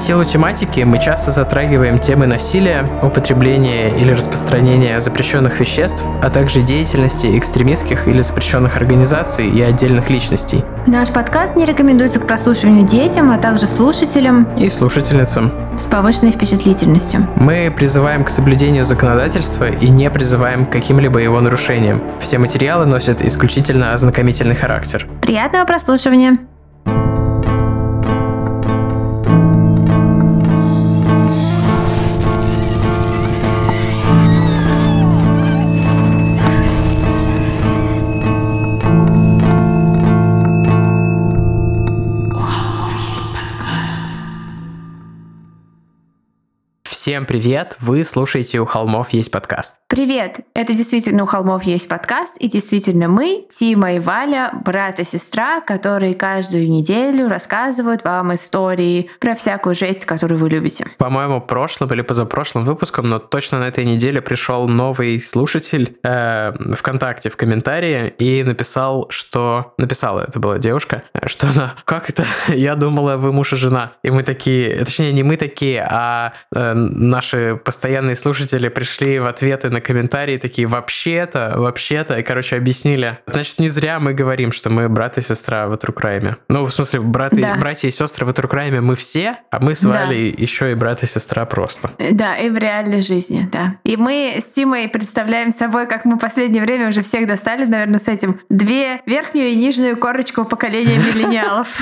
силу тематики мы часто затрагиваем темы насилия, употребления или распространения запрещенных веществ, а также деятельности экстремистских или запрещенных организаций и отдельных личностей. Наш подкаст не рекомендуется к прослушиванию детям, а также слушателям и слушательницам с повышенной впечатлительностью. Мы призываем к соблюдению законодательства и не призываем к каким-либо его нарушениям. Все материалы носят исключительно ознакомительный характер. Приятного прослушивания! Всем привет! Вы слушаете «У холмов есть подкаст». Привет! Это действительно «У холмов есть подкаст», и действительно мы, Тима и Валя, брат и сестра, которые каждую неделю рассказывают вам истории про всякую жесть, которую вы любите. По-моему, прошлым или позапрошлым выпуском, но точно на этой неделе пришел новый слушатель ВКонтакте в комментарии и написала, это была девушка, что она, как это? Я думала, вы муж и жена. И мы такие, точнее, не мы такие, а наши постоянные слушатели пришли в ответы на комментарии такие, вообще-то, и, короче, объяснили. Значит, не зря мы говорим, что мы брат и сестра в True Crime. Ну, в смысле, братья и сестры в True Crime мы все, а мы с Валей еще и брат и сестра просто. Да, и в реальной жизни, да. И мы с Тимой представляем собой, как мы в последнее время уже всех достали, наверное, с этим, две верхнюю и нижнюю корочку поколения миллениалов.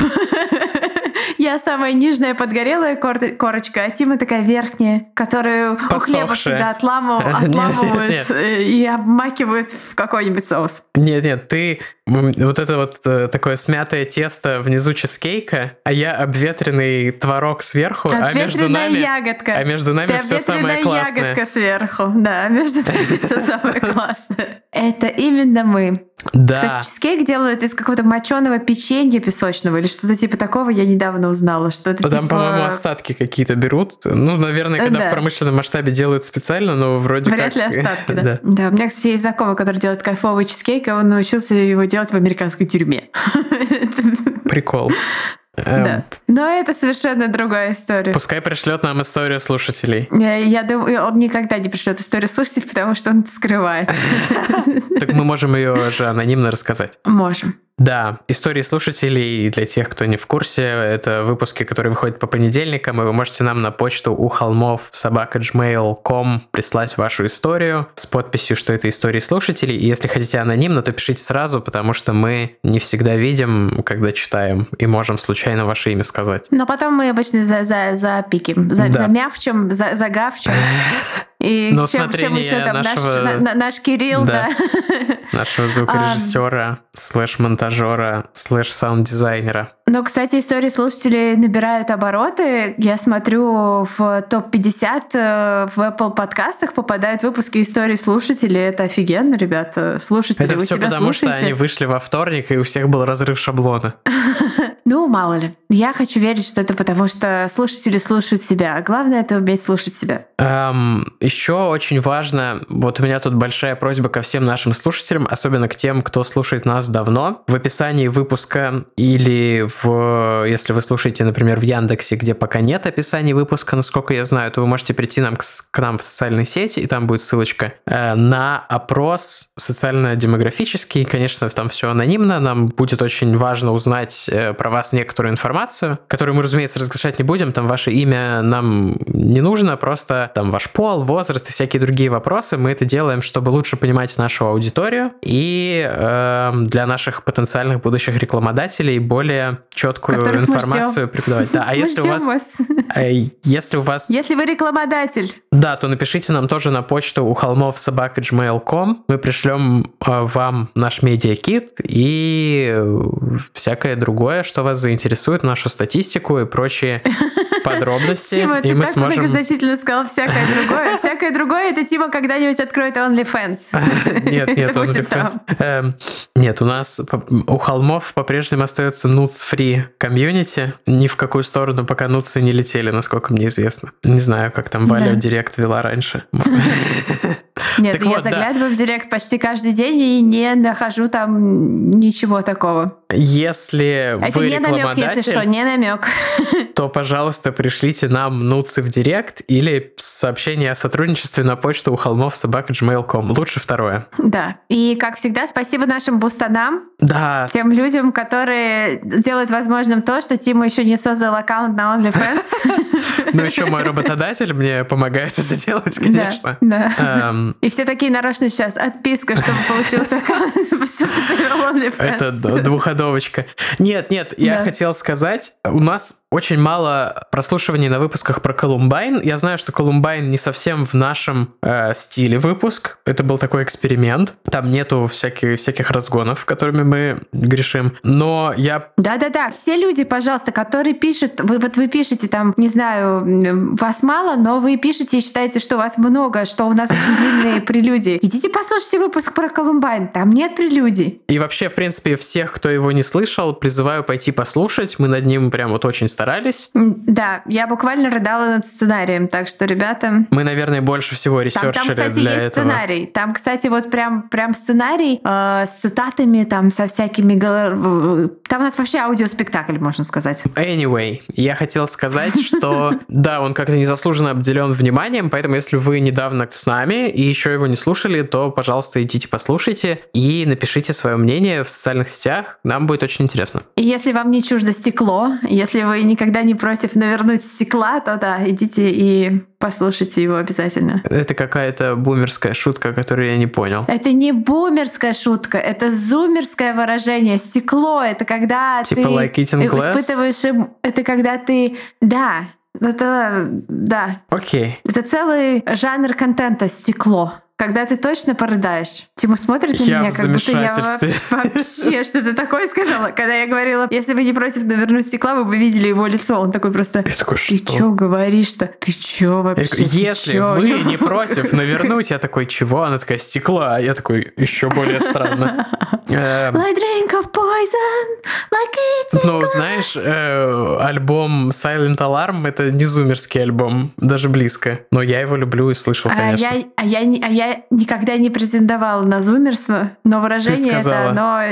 Я самая нижняя подгорелая корочка, а Тима такая верхняя, которую у хлеба всегда отламывают и обмакивают в какой-нибудь соус. Нет, ты вот это вот такое смятое тесто внизу чизкейка, а я обветренный творог сверху, а между нами ягодка. А между нами все самое классное. Обветренная ягодка сверху, да, между нами все самое классное. Это именно мы. Да. Кстати, чизкейк делают из какого-то моченого печенья песочного или что-то типа такого, я недавно узнала, что это там, типа... по-моему, остатки какие-то берут. Ну, наверное, когда в промышленном масштабе делают специально, но вроде Вряд как... ли остатки, да. Да, у меня, кстати, есть знакомый, который делает кайфовый чизкейк, и он научился его делать в американской тюрьме. Прикол. Да. Но это совершенно другая история. Пускай пришлет нам историю слушателей. Я думаю, он никогда не пришлет историю слушателей, потому что он это скрывает. Так мы можем ее же анонимно рассказать. Можем. Да, истории слушателей, для тех, кто не в курсе, это выпуски, которые выходят по понедельникам, и вы можете нам на почту uholmov@gmail.com прислать вашу историю с подписью, что это истории слушателей, и если хотите анонимно, то пишите сразу, потому что мы не всегда видим, когда читаем, и можем случайно ваше имя сказать. Но потом мы обычно запиким, замявчем, загавчем. И чем еще там наш Кирилл, да. Нашего звукорежиссера, /монтажера, /саунд-дизайнера. Но, кстати, истории слушателей набирают обороты. Я смотрю, в топ-50 в Apple подкастах попадают выпуски историй слушателей. Это офигенно, ребята. Слушатели, это вы все себя потому, слушаете? Что они вышли во вторник, и у всех был разрыв шаблона. Ну, мало ли. Я хочу верить, что это потому, что слушатели слушают себя. А главное — это уметь слушать себя. Еще очень важно, вот у меня тут большая просьба ко всем нашим слушателям, особенно к тем, кто слушает нас давно. В описании выпуска или если вы слушаете, например, в Яндексе, где пока нет описания выпуска, насколько я знаю, то вы можете прийти к нам в социальные сети, и там будет ссылочка на опрос социально-демографический. Конечно, там все анонимно. Нам будет очень важно узнать про вас некоторую информацию, которую мы, разумеется, разглашать не будем. Там ваше имя нам не нужно, просто там ваш пол, возраст и всякие другие вопросы. Мы это делаем, чтобы лучше понимать нашу аудиторию и для наших потенциальных будущих рекламодателей более четкую информацию преподавать. Да, а если у вас... Если вы рекламодатель. Да, то напишите нам тоже на почту uholmov@gmail.com. Мы пришлем вам наш медиакит и всякое другое, что вас заинтересует, нашу статистику и прочие подробности. Тима, и ты мы так сможем... многозначительно сказал всякое другое. Всякое другое — это Тима когда-нибудь откроет OnlyFans. Нет, OnlyFans. Нет, у нас у холмов по-прежнему остается nudes-free комьюнити. Ни в какую сторону пока нудсы не летели, насколько мне известно. Не знаю, как там Валя в директ вела раньше. Нет, я заглядываю в директ почти каждый день и не нахожу там ничего такого. Если это вы не намек, если что, не намек. То, пожалуйста, пожалуйста, пришлите нам нуцы в директ или сообщение о сотрудничестве на почту у холмов@gmail.com. Лучше второе. Да. И, как всегда, спасибо нашим бустанам. Да. Тем людям, которые делают возможным то, что Тима еще не создал аккаунт на OnlyFans. Ну, еще мой работодатель мне помогает это делать, конечно. Да. И все такие нарочно сейчас. Отписка, чтобы получился аккаунт, чтобы завел OnlyFans. Это двухходовочка. Нет, я хотел сказать, у нас очень мало прослушиваний на выпусках про Колумбайн. Я знаю, что Колумбайн не совсем в нашем стиле выпуск. Это был такой эксперимент. Там нету всяких разгонов, которыми мы грешим. Но я... Да-да-да, все люди, пожалуйста, которые пишут, вы пишете там, не знаю, вас мало, но вы пишете и считаете, что вас много, что у нас очень длинные прелюдии. Идите послушайте выпуск про Колумбайн, там нет прелюдий. И вообще, в принципе, всех, кто его не слышал, призываю пойти послушать. Мы над ним прям вот очень старались. Да, я буквально рыдала над сценарием, так что, ребята... Мы, наверное, больше всего ресерчили там, кстати, для есть этого. Сценарий. Там, кстати, вот прям сценарий с цитатами, там, со всякими... Там у нас вообще аудиоспектакль, можно сказать. Anyway, я хотел сказать, что да, он как-то незаслуженно обделен вниманием, поэтому если вы недавно с нами и еще его не слушали, то, пожалуйста, идите послушайте и напишите свое мнение в социальных сетях. Нам будет очень интересно. И если вам не чуждо стекло, если вы никогда не против навернуть стекла, то да, идите и послушайте его обязательно. Это какая-то бумерская шутка, которую я не понял. Это не бумерская шутка, это зумерское выражение. Стекло — это когда типа ты like eating glass? Испытываешь... Это когда ты... Да, это... Да. Окей. Это целый жанр контента «стекло». Когда ты точно порыдаешь. Тима смотрит на меня, как будто я вообще что-то такое сказала. Когда я говорила, если вы не против навернуть стекла, вы бы видели его лицо. Он такой просто, я такой, ты чё говоришь-то? Ты чё вообще? Если вы не против навернуть, я такой, чего? Она такая, стекла. Я такой, еще более странно. Like drink of poison, like eating ну, знаешь, альбом Silent Alarm — это не зумерский альбом, даже близко. Но я его люблю и слышал, конечно. Я никогда не претендовала на зумерство, но выражение это,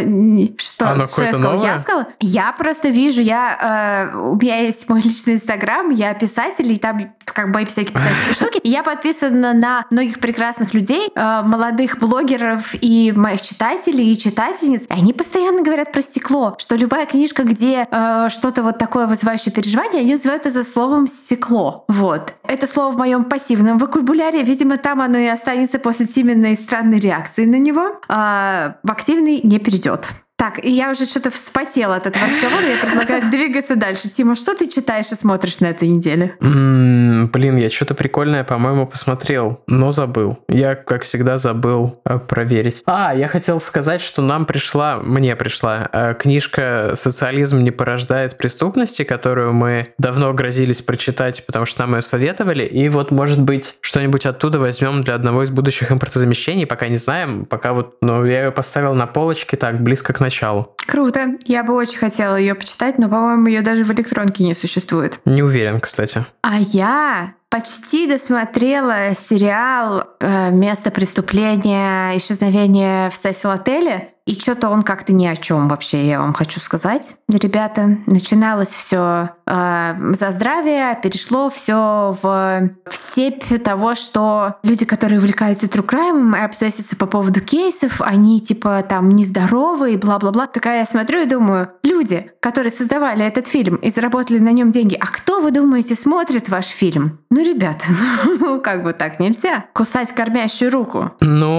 что оно что я какое-то сказала? новое? Я сказала, я просто вижу, у меня есть мой личный Инстаграм, я писатель, и там как бы всякие писательские штуки. И я подписана на многих прекрасных людей, молодых блогеров и моих читателей и читательниц. И они постоянно говорят про стекло, что любая книжка, где что-то вот такое вызывающее переживание, они называют это словом «стекло». Вот. Это слово в моем пассивном вокабуляре, видимо, там оно и останется после Тиминой странной реакции на него, в активный не перейдет. Так, и я уже что-то вспотела от этого разговора, я предлагаю двигаться дальше. Тима, что ты читаешь и смотришь на этой неделе? Блин, я что-то прикольное, по-моему, посмотрел, но забыл. Я, как всегда, забыл проверить. Я хотел сказать, что мне пришла книжка «Социализм не порождает преступности», которую мы давно грозились прочитать, потому что нам ее советовали, и вот, может быть, что-нибудь оттуда возьмем для одного из будущих импортозамещений, пока не знаем, пока вот, я ее поставил на полочке так, близко к началу. Круто. Я бы очень хотела ее почитать, но, по-моему, ее даже в электронке не существует. Не уверен, кстати. А я почти досмотрела сериал «Место преступления. Исчезновение в Сесил-отеле». И что-то он как-то ни о чем вообще, я вам хочу сказать. Ребята, начиналось все за здравие, перешло все в степь того, что люди, которые увлекаются true crime и обсессятся по поводу кейсов, они типа там нездоровы и бла-бла-бла. Такая я смотрю и думаю, люди, которые создавали этот фильм и заработали на нем деньги, а кто, вы думаете, смотрит ваш фильм? Ну, ребята, как бы так нельзя. Кусать кормящую руку.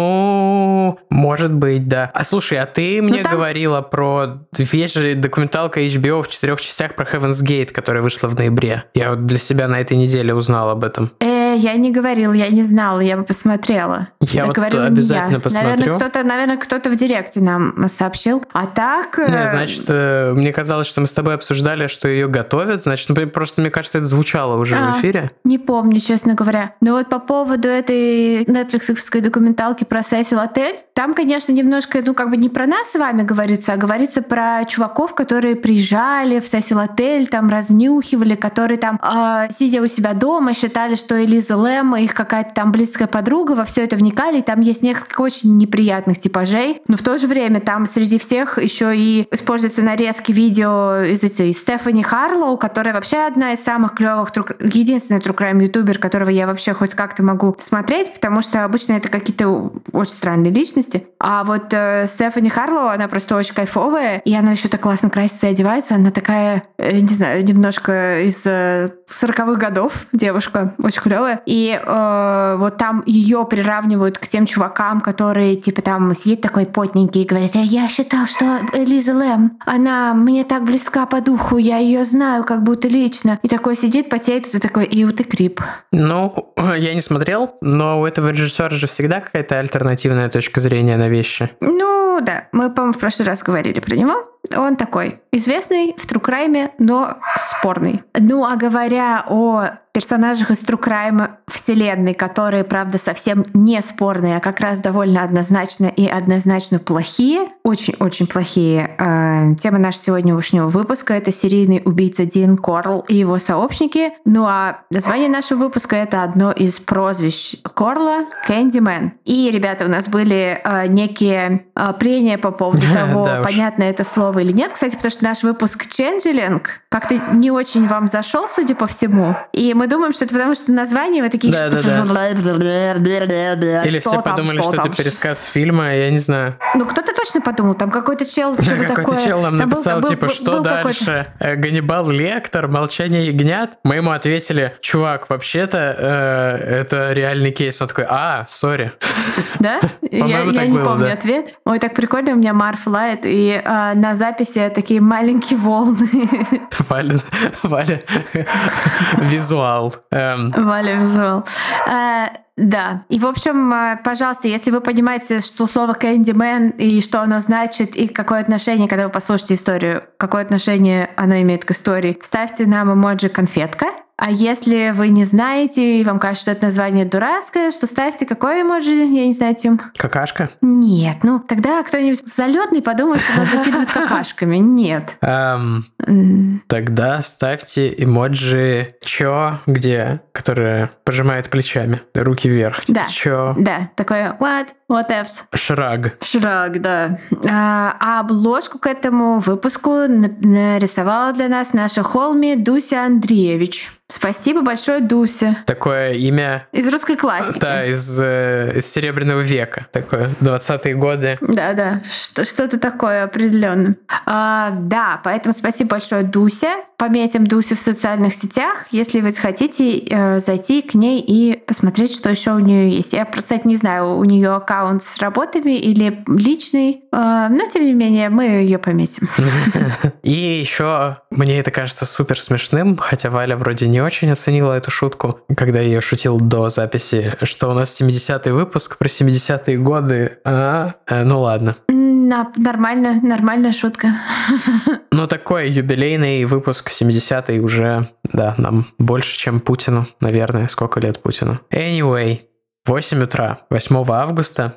Может быть, да. Слушай, а ты мне говорила про... Есть же документалка HBO в 4 частях про Heaven's Gate, которая вышла в ноябре. Я вот для себя на этой неделе узнал об этом. Я не говорила, я не знала, я бы посмотрела. Я вот обязательно посмотрю. Наверное, кто-то в директе нам сообщил. А так... Значит, мне казалось, что мы с тобой обсуждали, что ее готовят. Значит, просто, мне кажется, это звучало уже в эфире. Не помню, честно говоря. Но вот по поводу этой нетфликсовской документалки про Сесил-отель, Там, конечно, немножко, не про нас с вами говорится, а говорится про чуваков, которые приезжали в Сесил Отель, там разнюхивали, которые там, сидя у себя дома, считали, что Элиза Лэм их какая-то там близкая подруга, во все это вникали, и там есть несколько очень неприятных типажей, но в то же время там среди всех еще и используются нарезки видео из Стефани Харлоу, которая вообще одна из самых клевых, единственный true crime ютубер, которого я вообще хоть как-то могу смотреть, потому что обычно это какие-то очень странные личности. А вот Стефани Харлоу, она просто очень кайфовая, и она еще так классно красится и одевается. Она такая, не знаю, немножко из 40-х годов девушка, очень клевая. И вот там ее приравнивают к тем чувакам, которые типа там сидят такой потненький и говорят: я считал, что Элиза Лэм, она мне так близка по духу, я ее знаю как будто лично. И такой сидит, потеет, и ты такой: иу, ты крип. Ну, я не смотрел, но у этого режиссера же всегда какая-то альтернативная точка зрения на вещи. Ну да, мы, по-моему, в прошлый раз говорили про него. Он такой известный в true crime, но спорный. Ну а говоря о персонажах из true crime вселенной, которые, правда, совсем не спорные, а как раз довольно однозначно плохие, очень-очень плохие. Тема нашего сегодняшнего выпуска — это серийный убийца Дин Корл и его сообщники. Ну а название нашего выпуска — это одно из прозвищ Корла — Кэндимен. И, ребята, у нас были некие прения по поводу того, понятно это слово или нет. Кстати, потому что наш выпуск «Ченджелинг» как-то не очень вам зашел, судя по всему. И мы думаем, что это потому, что название вы такие... Или все подумали, что это пересказ фильма, я не знаю. Ну, кто-то точно подумал. Там какой-то чел что-то такое... Какой-то чел нам написал, типа, что дальше? Ганнибал Лектор, Молчание ягнят? Мы ему ответили: чувак, вообще-то это реальный кейс. Он такой: сори. Да? Я не помню ответ. Ой, так прикольно, у меня Марф лает, и на записи такие маленькие волны. Валя визуал. Валя визуал. Да. И, в общем, пожалуйста, если вы понимаете, что слово «Кэндимен» и что оно значит, и какое отношение, когда вы послушаете историю, какое отношение оно имеет к истории, ставьте нам эмоджи «конфетка». А если вы не знаете, и вам кажется, что это название дурацкое, что ставьте какое эмоджи? Я не знаю, Тим. Какашка? Нет, тогда кто-нибудь залетный подумает, что нас закидывают какашками. Нет. Тогда ставьте эмоджи «чё», где, которые пожимают плечами, руки вверх. Типа, да. «Чё». Да, такое what ifs. Шраг, да. А обложку к этому выпуску нарисовала для нас наша холми Дуся Андреевич. Спасибо большое, Дуся. Такое имя... Из русской классики. Да, из Серебряного века. Такое, 20-е годы. Да, что-то такое определенно. Да, поэтому спасибо большое, Дуся. Пометим Дусю в социальных сетях, если вы хотите зайти к ней и посмотреть, что еще у нее есть. Я, кстати, не знаю, у нее аккаунт с работами или личный, но тем не менее мы ее пометим. И еще мне это кажется супер смешным, хотя Валя вроде не очень оценила эту шутку, когда я ее шутил до записи, что у нас 70-й выпуск про 70-е годы. Ну ладно. Нормальная шутка. Ну, такой юбилейный выпуск 70-й уже, да, нам больше, чем Путину, наверное. Сколько лет Путину? Anyway, 8 утра, 8 августа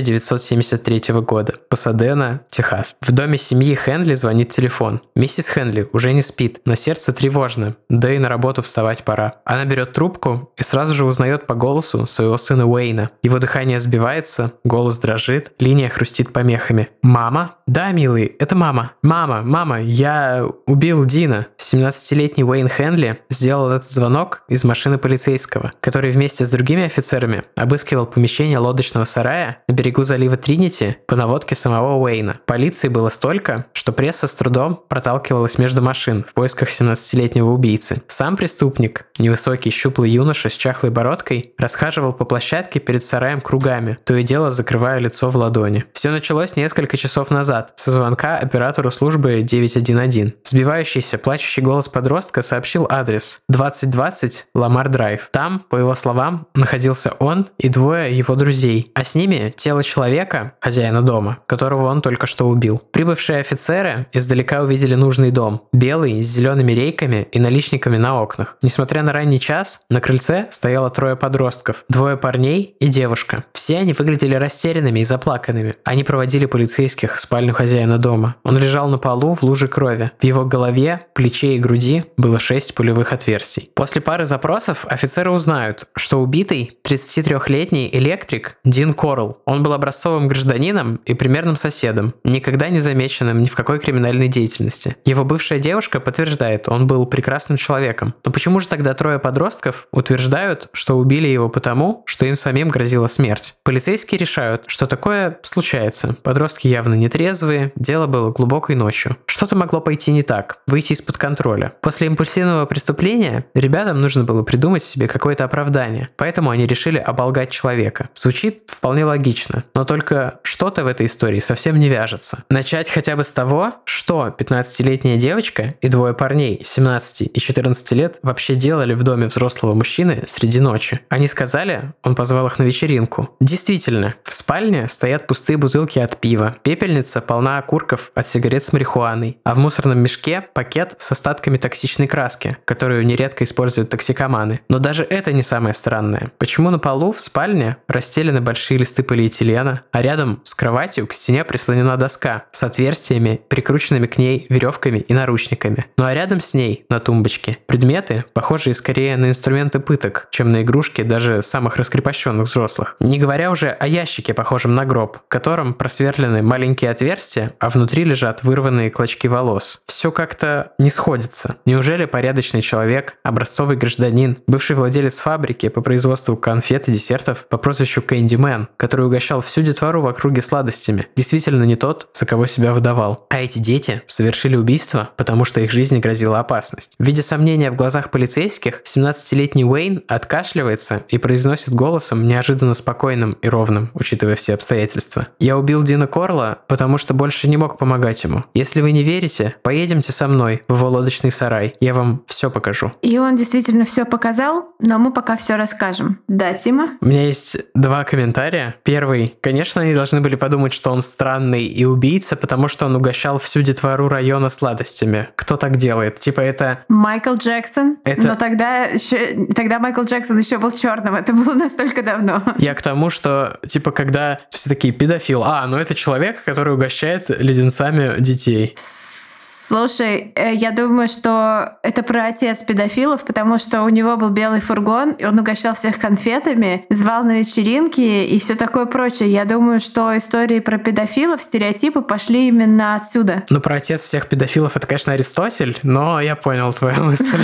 1973 года, Пасадена, Техас. В доме семьи Хенли звонит телефон. Миссис Хенли уже не спит, на сердце тревожно, да и на работу вставать пора. Она берет трубку и сразу же узнает по голосу своего сына Уэйна. Его дыхание сбивается, голос дрожит, линия хрустит помехами. «Мама?» «Да, милый, это мама». «Мама, я убил Дина». 17-летний Уэйн Хенли сделал этот звонок из машины полицейского, который вместе с другими офицерами обыскивал помещение лодочного сарая на берегу залива Тринити по наводке самого Уэйна. Полиции было столько, что пресса с трудом проталкивалась между машин в поисках 17-летнего убийцы. Сам преступник, невысокий щуплый юноша с чахлой бородкой, расхаживал по площадке перед сараем кругами, то и дело закрывая лицо в ладони. Все началось несколько часов назад, со звонка оператору службы 911. Сбивающийся, плачущий голос подростка сообщил адрес 2020 Ламар Драйв. Там, по его словам, находился он он и двое его друзей, а с ними тело человека, хозяина дома, которого он только что убил. Прибывшие офицеры издалека увидели нужный дом, белый, с зелеными рейками и наличниками на окнах. Несмотря на ранний час, на крыльце стояло 3 подростков, 2 парней и девушка. Все они выглядели растерянными и заплаканными. Они проводили полицейских в спальню хозяина дома. Он лежал на полу в луже крови. В его голове, плече и груди было 6 пулевых отверстий. После пары запросов офицеры узнают, что убитый 33-летний электрик Дин Корл. Он был образцовым гражданином и примерным соседом, никогда не замеченным ни в какой криминальной деятельности. Его бывшая девушка подтверждает, он был прекрасным человеком. Но почему же тогда 3 подростков утверждают, что убили его потому, что им самим грозила смерть? Полицейские решают, что такое случается. Подростки явно нетрезвые, дело было глубокой ночью. Что-то могло пойти не так, выйти из-под контроля. После импульсивного преступления ребятам нужно было придумать себе какое-то оправдание, поэтому они решили оболгать человека. Звучит вполне логично, но только что-то в этой истории совсем не вяжется. Начать хотя бы с того, что 15-летняя девочка и 2 парней 17 и 14 лет вообще делали в доме взрослого мужчины среди ночи. Они сказали, он позвал их на вечеринку. Действительно, в спальне стоят пустые бутылки от пива, пепельница полна окурков от сигарет с марихуаной, а в мусорном мешке пакет с остатками токсичной краски, которую нередко используют токсикоманы. Но даже это не самое странное. Почему на полу в спальне расстелены большие листы полиэтилена, а рядом с кроватью к стене прислонена доска с отверстиями, прикрученными к ней веревками и наручниками. Ну а рядом с ней, на тумбочке, предметы, похожие скорее на инструменты пыток, чем на игрушки даже самых раскрепощенных взрослых. Не говоря уже о ящике, похожем на гроб, в котором просверлены маленькие отверстия, а внутри лежат вырванные клочки волос. Все как-то не сходится. Неужели порядочный человек, образцовый гражданин, бывший владелец фабрики по производству конфет и десертов по прозвищу Кэндимен, который угощал всю детвору в округе сладостями, действительно не тот, за кого себя выдавал? А эти дети совершили убийство, потому что их жизни грозила опасность. Видя сомнения в глазах полицейских, 17-летний Уэйн откашливается и произносит голосом неожиданно спокойным и ровным, учитывая все обстоятельства. «Я убил Дина Корла, потому что больше не мог помогать ему. Если вы не верите, поедемте со мной в его лодочный сарай. Я вам все покажу». И он действительно все показал, но мы пока все расскажем. Да, Тима? У меня есть 2 комментария. Первый. Конечно, они должны были подумать, что он странный и убийца, потому что он угощал всю детвору района сладостями. Кто так делает? Типа это... Майкл Джексон. Но тогда Майкл Джексон еще был черным. Это было настолько давно. Я к тому, что типа когда все такие педофил. Ну это человек, который угощает леденцами детей. Слушай, я думаю, что это про отец педофилов, потому что у него был белый фургон, и он угощал всех конфетами, звал на вечеринки и все такое прочее. Я думаю, что истории про педофилов, стереотипы пошли именно отсюда. Ну, про отец всех педофилов это, конечно, Аристотель, но я понял твою мысль.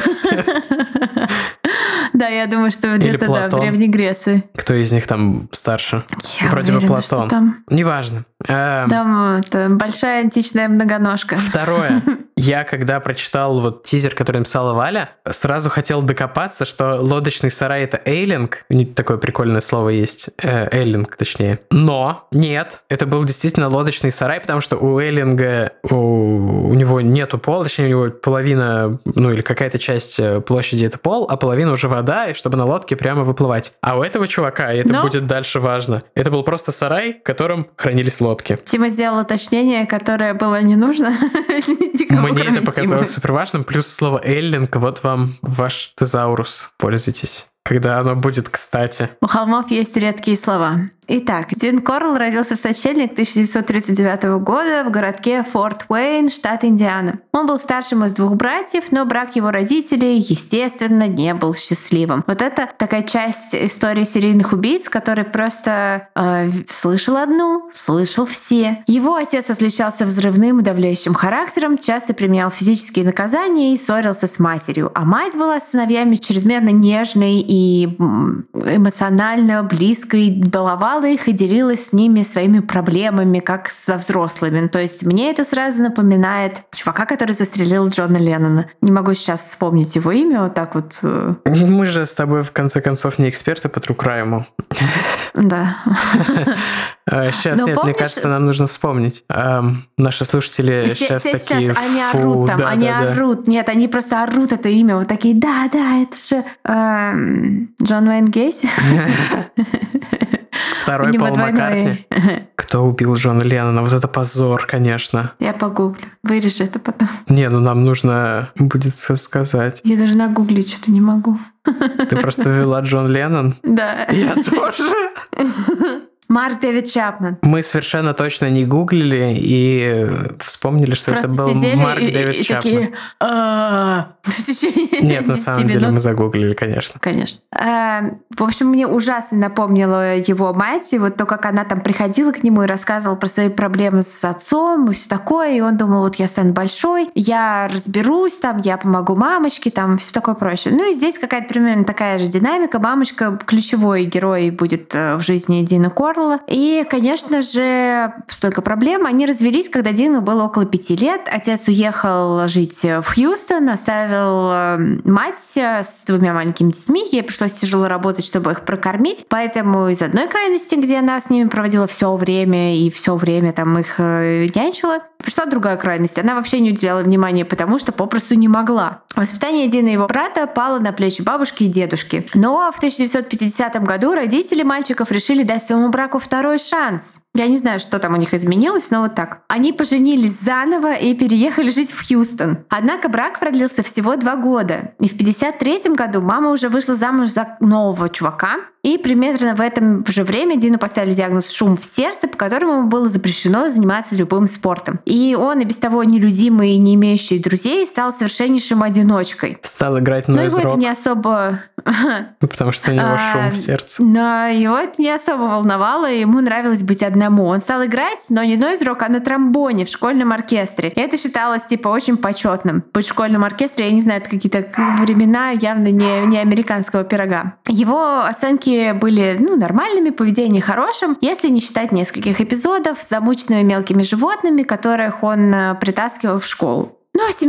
Да, я думаю, что где-то в Древней Греции. Кто из них там старше? Я Вроде уверена, бы Платон. Что там... Неважно. Там это большая античная многоножка. Второе. Я, когда прочитал вот тизер, который написала Валя, сразу хотел докопаться, что лодочный сарай — это эйлинг. Такое прикольное слово есть. Эйлинг, точнее. Но нет, это был действительно лодочный сарай, потому что у эйлинга у него нету пола, точнее, у него половина, или какая-то часть площади — это пол, а половина уже вода, и чтобы на лодке прямо выплывать. А у этого чувака, и это будет дальше важно, это был просто сарай, в котором хранились лодки. Тима сделал уточнение, которое было не нужно. Мне это показалось супер важным. Плюс слово «эллинг», вот вам ваш тезаурус. Пользуйтесь, когда оно будет кстати. У холмов есть редкие слова. Итак, Дин Корл родился в сочельник 1939 года в городке Форт Уэйн, штат Индиана. Он был старшим из 2 братьев, но брак его родителей, естественно, не был счастливым. Вот это такая часть истории серийных убийц, который просто слышал одну, слышал все. Его отец отличался взрывным и давляющим характером, часто применял физические наказания и ссорился с матерью. А мать была с сыновьями чрезмерно нежной и эмоционально близкой, баловала их и делилась с ними своими проблемами, как со взрослыми. То есть мне это сразу напоминает чувака, который застрелил Джона Леннона. Не могу сейчас вспомнить его имя, вот так вот. Мы же с тобой, в конце концов, не эксперты по True Crime. Да. Сейчас, нет, мне кажется, нам нужно вспомнить. Наши слушатели сейчас такие... Они орут там, они орут. Нет, они просто орут это имя. Вот такие, да, это же Джон Уэйн Гейси. Второй него Пол двойной. Маккартни. Кто убил Джона Леннона? Вот это позор, конечно. Я погуглю. Вырежи это потом. Не, ну нам нужно будет сказать. Я даже нагуглить что-то не могу. Ты просто ввела Джон Леннон? Да. Я тоже. Марк Дэвид Чапман. Мы совершенно точно не гуглили и вспомнили, что Просто это был сидели Марк и Дэвид Чапман. такие, в течение Нет, на 10 самом деле минут. мы загуглили, конечно. Конечно. В общем, мне ужасно напомнила его мать, и вот то, как она там приходила к нему и рассказывала про свои проблемы с отцом и все такое, и он думал, вот я сын большой, я разберусь там, я помогу мамочке, там все такое прочее. Ну и здесь какая-то примерно такая же динамика. Мамочка ключевой герой будет в жизни Дина Корла. И, конечно же, столько проблем. Они развелись, когда Дину было около 5 лет. Отец уехал жить в Хьюстон, оставил мать с 2 маленькими детьми. Ей пришлось тяжело работать, чтобы их прокормить. Поэтому из одной крайности, где она с ними проводила все время и все время там их нянчила, пришла другая крайность. Она вообще не уделяла внимания, потому что попросту не могла. Воспитание Дины и его брата пало на плечи бабушки и дедушки. Но в 1950 году родители мальчиков решили дать своему браку второй шанс. Я не знаю, что там у них изменилось, но вот так. Они поженились заново и переехали жить в Хьюстон. Однако брак продлился всего 2 года. И в 1953 году мама уже вышла замуж за нового чувака. И примерно в этом же время Дину поставили диагноз «шум в сердце», по которому было запрещено заниматься любым спортом. И он, и без того нелюдимый и не имеющий друзей, стал совершеннейшим одиночкой. Стал играть Но его нойз-рок. это не особо... Потому что у него шум в сердце. Но его это не особо волновало, и ему нравилось быть одному. Он стал играть, но не нойз-рок, а на тромбоне в школьном оркестре. И это считалось, очень почетным. Быть в школьном оркестре, я не знаю, это какие-то времена явно не американского пирога. Его оценки были нормальными, поведение хорошим, если не считать нескольких эпизодов с замученными мелкими животными, которых он притаскивал в школу. Но в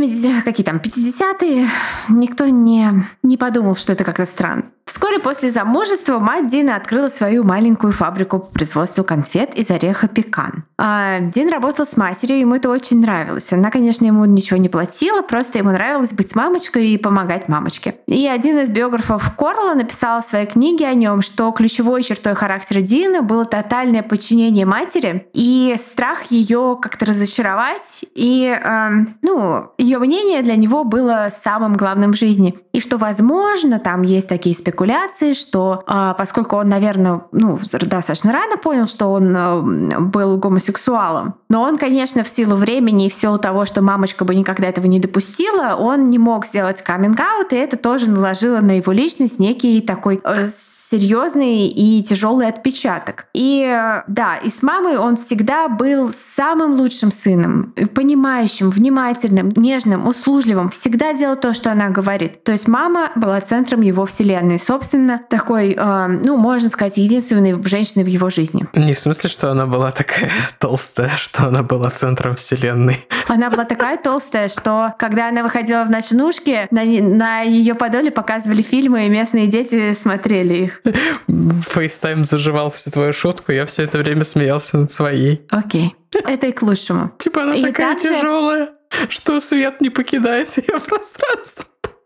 50-е никто не подумал, что это как-то странно. Вскоре после замужества мать Дина открыла свою маленькую фабрику по производству конфет из ореха пекан. Дин работал с матерью, ему это очень нравилось. Она, конечно, ему ничего не платила, просто ему нравилось быть с мамочкой и помогать мамочке. И один из биографов Корла написал в своей книге о нем, что ключевой чертой характера Дина было тотальное подчинение матери и страх ее как-то разочаровать. И, ее мнение для него было самым главным в жизни. И что, возможно, там есть такие спекуляции, что поскольку он, наверное, достаточно рано понял, что он был гомосексуалом, но он, конечно, в силу времени и в силу того, что мамочка бы никогда этого не допустила, он не мог сделать каминг-аут, и это тоже наложило на его личность некий такой серьезный и тяжелый отпечаток. И с мамой он всегда был самым лучшим сыном, понимающим, внимательным, нежным, услужливым, всегда делал то, что она говорит. То есть мама была центром его вселенной, собственно, такой, можно сказать, единственной женщиной в его жизни. Не в смысле, что она была такая толстая, что она была центром вселенной. Она была такая толстая, что когда она выходила в ночнушке, на ее подоле показывали фильмы, и местные дети смотрели их. FaceTime заживал всю твою шутку, я все это время смеялся над своей. Окей. Это и к лучшему. Типа она такая тяжелая, что свет не покидает ее пространство.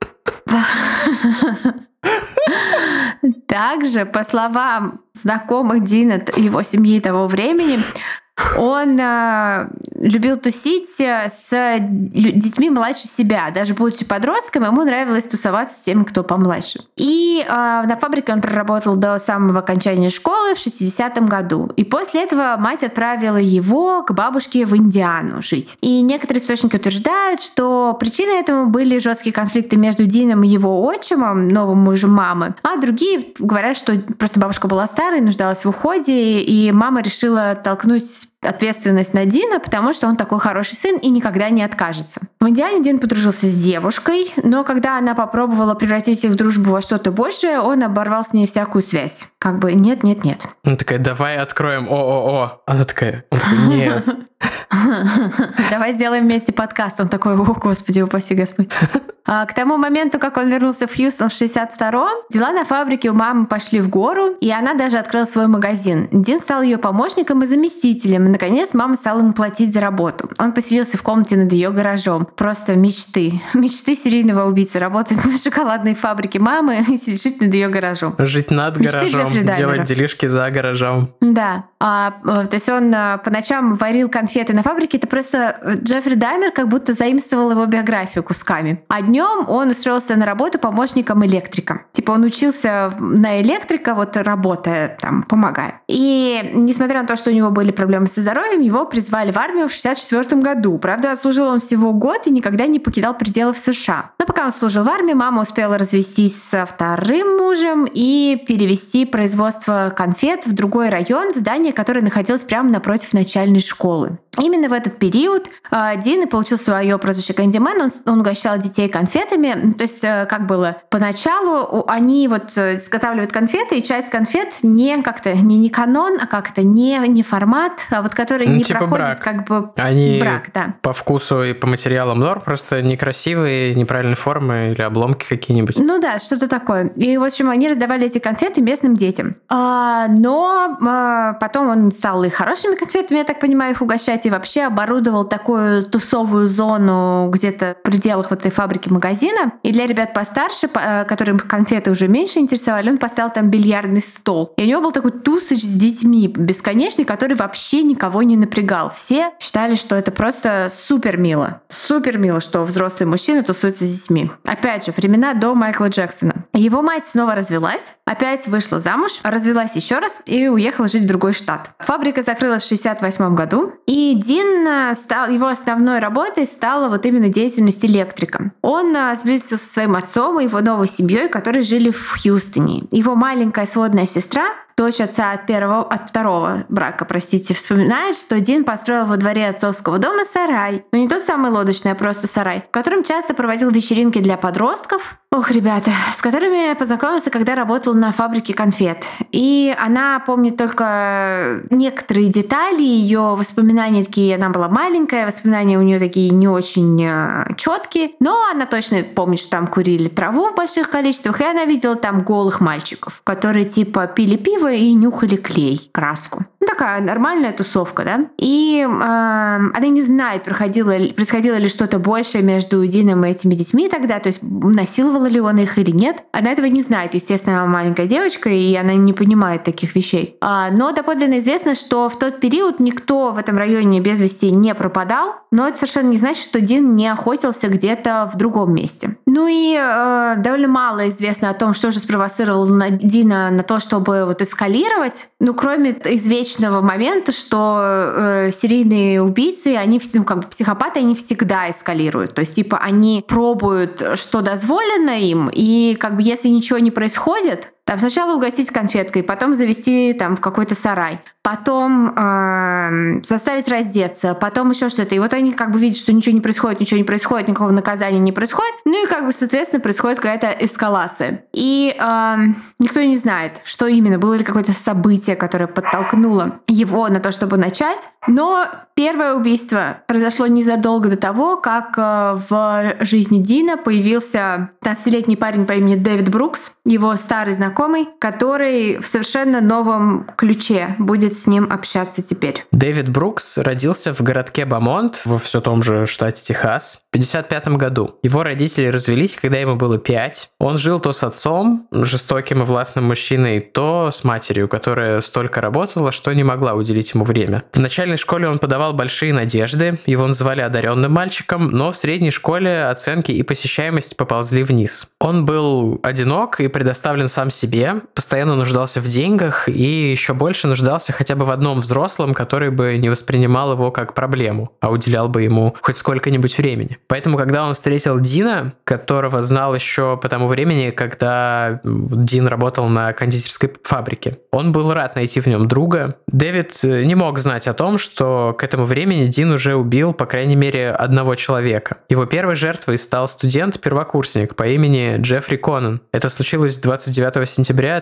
Также, по словам знакомых Дина и его семьи того времени, он любил тусить с детьми младше себя. Даже будучи подростком, ему нравилось тусоваться с теми, кто помладше. И на фабрике он проработал до самого окончания школы в 60-м году. И после этого мать отправила его к бабушке в Индиану жить. И некоторые источники утверждают, что причиной этому были жесткие конфликты между Дином и его отчимом, новым мужем мамы. А другие говорят, что просто бабушка была старой, нуждалась в уходе, и мама решила толкнуть ответственность на Дина, потому что он такой хороший сын и никогда не откажется. В Индиане Дин подружился с девушкой, но когда она попробовала превратить их дружбу во что-то большее, он оборвал с ней всякую связь. Как бы нет. Она такая, давай откроем ООО. Он такой, нет. Давай сделаем вместе подкаст. Он такой: о, Господи, упаси Господь. К тому моменту, как он вернулся в Хьюстон в 62-м, дела на фабрике у мамы пошли в гору, и она даже открыла свой магазин. Дин стал ее помощником и заместителем, и, наконец, мама стала ему платить за работу. Он поселился в комнате над ее гаражом. Просто мечты. Мечты серийного убийцы. Работать на шоколадной фабрике мамы и жить над ее гаражом. Жить над гаражом, делать делишки за гаражом. Да. То есть он по ночам варил конфеты на фабрике. Это просто Джеффри Даймер как будто заимствовал его биографию кусками. А днем он устроился на работу помощником электрика. Типа он учился на электрика, вот работая там, помогая. И несмотря на то, что у него были проблемы со здоровьем, его призвали в армию в 64 году. Правда, служил он всего год и никогда не покидал пределов США. Но пока он служил в армии, мама успела развестись со вторым мужем и перевести производство конфет в другой район, в здание, которое находилось прямо напротив начальной школы. Именно в этот период Дин и получил свое прозвище Кэндимен. Он угощал детей конфетами. То есть, как было? Поначалу они вот изготавливают конфеты, и часть конфет не как-то не канон, а как-то не формат, а вот который не типа проходит брак. как бы они брак, да. По вкусу и по материалам норм, просто некрасивые, неправильной формы или обломки какие-нибудь. Ну да, что-то такое. И, в общем, они раздавали эти конфеты местным детям. Но потом он стал и хорошими конфетами, я так понимаю, их угощать, и вообще оборудовал такую тусовую зону где-то в пределах вот этой фабрики-магазина. И для ребят постарше, которым конфеты уже меньше интересовали, он поставил там бильярдный стол. И у него был такой тусыч с детьми бесконечный, который вообще никого не напрягал. Все считали, что это просто супер мило. Супер мило, что взрослый мужчина тусуется с детьми. Опять же, времена до Майкла Джексона. Его мать снова развелась, опять вышла замуж, развелась еще раз и уехала жить в другой штат. Фабрика закрылась в 68 году, и Дин стал, его основной работой стала вот именно деятельность электрика. Он сблизился со своим отцом и его новой семьей, которые жили в Хьюстоне. Его маленькая сводная сестра, дочь отца от второго брака, вспоминает, что Дин построил во дворе отцовского дома сарай. Но не тот самый лодочный, а просто сарай, в котором часто проводил вечеринки для подростков. Ох, ребята, с которыми познакомился, когда работал на фабрике конфет. И она помнит только некоторые детали, ее воспоминания такие, она была маленькая, воспоминания у нее такие не очень четкие, но она точно помнит, что там курили траву в больших количествах, и она видела там голых мальчиков, которые типа пили пиво и нюхали клей, краску. Ну, такая нормальная тусовка, да? И она не знает, происходило ли что-то большее между Дином и этими детьми тогда, то есть насиловала ли он их или нет. Она этого не знает, естественно, она маленькая девочка, и она не понимает таких вещей. Но доподлинно известно, что в тот период никто в этом районе без вести не пропадал, но это совершенно не значит, что Дин не охотился где-то в другом месте. Ну и довольно мало известно о том, что же спровоцировало Дина на то, чтобы вот эскалировать. Ну, кроме извечного момента, что серийные убийцы, они, ну, как бы психопаты, они всегда эскалируют. То есть, типа, они пробуют, что дозволено им, и как бы если ничего не происходит, там сначала угостить конфеткой, потом завести там в какой-то сарай, потом заставить раздеться, потом еще что-то. И вот они как бы видят, что ничего не происходит, никакого наказания не происходит. Ну и как бы, соответственно, происходит какая-то эскалация. И никто не знает, что именно, было ли какое-то событие, которое подтолкнуло его на то, чтобы начать. Но первое убийство произошло незадолго до того, как в жизни Дина появился 15-летний парень по имени Дэвид Брукс, его старый знакомый, который в совершенно новом ключе будет с ним общаться теперь. Дэвид Брукс родился в городке Бамонт, во все том же штате Техас, в 1955 году. Его родители развелись, когда ему было 5. Он жил то с отцом, жестоким и властным мужчиной, то с матерью, которая столько работала, что не могла уделить ему время. В начальной школе он подавал большие надежды, его называли одаренным мальчиком, но в средней школе оценки и посещаемость поползли вниз. Он был одинок и предоставлен сам себе, постоянно нуждался в деньгах и еще больше нуждался хотя бы в одном взрослом, который бы не воспринимал его как проблему, а уделял бы ему хоть сколько-нибудь времени. Поэтому, когда он встретил Дина, которого знал еще по тому времени, когда Дин работал на кондитерской фабрике, он был рад найти в нем друга. Дэвид не мог знать о том, что к этому времени Дин уже убил, по крайней мере, одного человека. Его первой жертвой стал студент-первокурсник по имени Джеффри Конан. Это случилось 29 сентября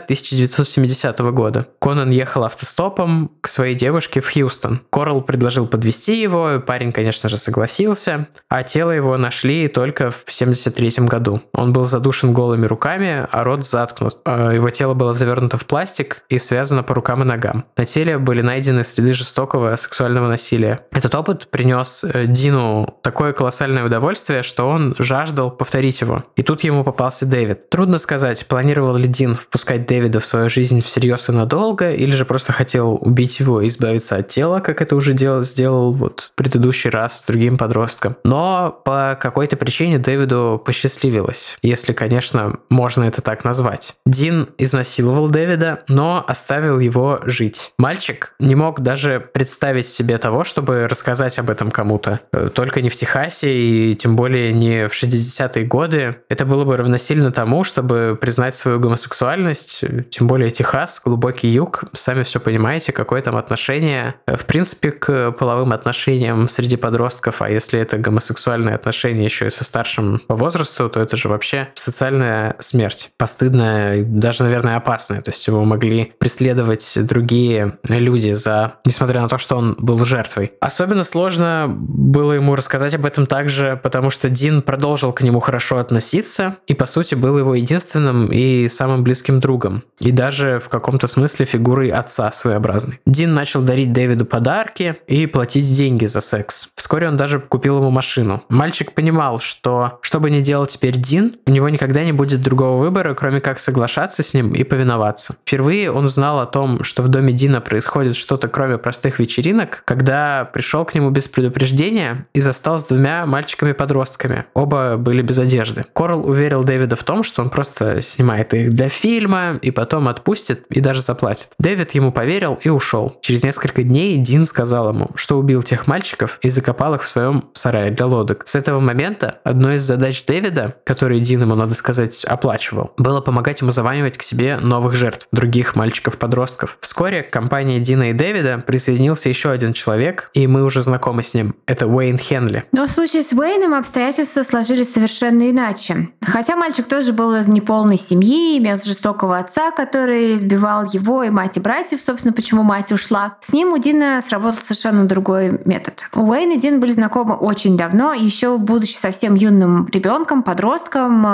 1970 года. Конан ехал автостопом к своей девушке в Хьюстон. Корл предложил подвезти его, парень, конечно же, согласился, а тело его нашли только в 1973 году. Он был задушен голыми руками, а рот заткнут. Его тело было завернуто в пластик и связано по рукам и ногам. На теле были найдены следы жестокого сексуального насилия. Этот опыт принес Дину такое колоссальное удовольствие, что он жаждал повторить его. И тут ему попался Дэвид. Трудно сказать, планировал ли Дин впускать Дэвида в свою жизнь всерьез и надолго, или же просто хотел убить его и избавиться от тела, как это уже сделал вот в предыдущий раз с другим подростком. Но по какой-то причине Дэвиду посчастливилось, если, конечно, можно это так назвать. Дин изнасиловал Дэвида, но оставил его жить. Мальчик не мог даже представить себе того, чтобы рассказать об этом кому-то. Только не в Техасе и тем более не в 60-е годы. Это было бы равносильно тому, чтобы признать свою гомосексуальность, тем более Техас, глубокий юг. Сами все понимаете, какое там отношение, в принципе, к половым отношениям среди подростков, а если это гомосексуальные отношения еще и со старшим по возрасту, то это же вообще социальная смерть. Постыдная и даже, наверное, опасная. То есть его могли преследовать другие люди, несмотря на то, что он был жертвой. Особенно сложно было ему рассказать об этом также, потому что Дин продолжил к нему хорошо относиться и, по сути, был его единственным и самым близким другом. И даже в каком-то смысле фигурой отца своеобразной. Дин начал дарить Дэвиду подарки и платить деньги за секс. Вскоре он даже купил ему машину. Мальчик понимал, что бы ни делал теперь Дин, у него никогда не будет другого выбора, кроме как соглашаться с ним и повиноваться. Впервые он узнал о том, что в доме Дина происходит что-то кроме простых вечеринок, когда пришел к нему без предупреждения и застал с двумя мальчиками-подростками. Оба были без одежды. Корл уверил Дэвида в том, что он просто снимает их для фильма и потом отпустит и даже заплатит. Дэвид ему поверил и ушел. Через несколько дней Дин сказал ему, что убил тех мальчиков и закопал их в своем сарае для лодок. С этого момента одной из задач Дэвида, которые Дин ему, надо сказать, оплачивал, было помогать ему заманивать к себе новых жертв, других мальчиков-подростков. Вскоре к компании Дина и Дэвида присоединился еще один человек, и мы уже знакомы с ним. Это Уэйн Хенли. Но в случае с Уэйном обстоятельства сложились совершенно иначе. Хотя мальчик тоже был из неполной семьи, имел жестокого отца, который избивал его и мать и братьев, собственно, почему мать ушла. С ним у Дина сработал совершенно другой метод. Уэйн и Дин были знакомы очень давно, еще будучи совсем юным ребенком, подростком.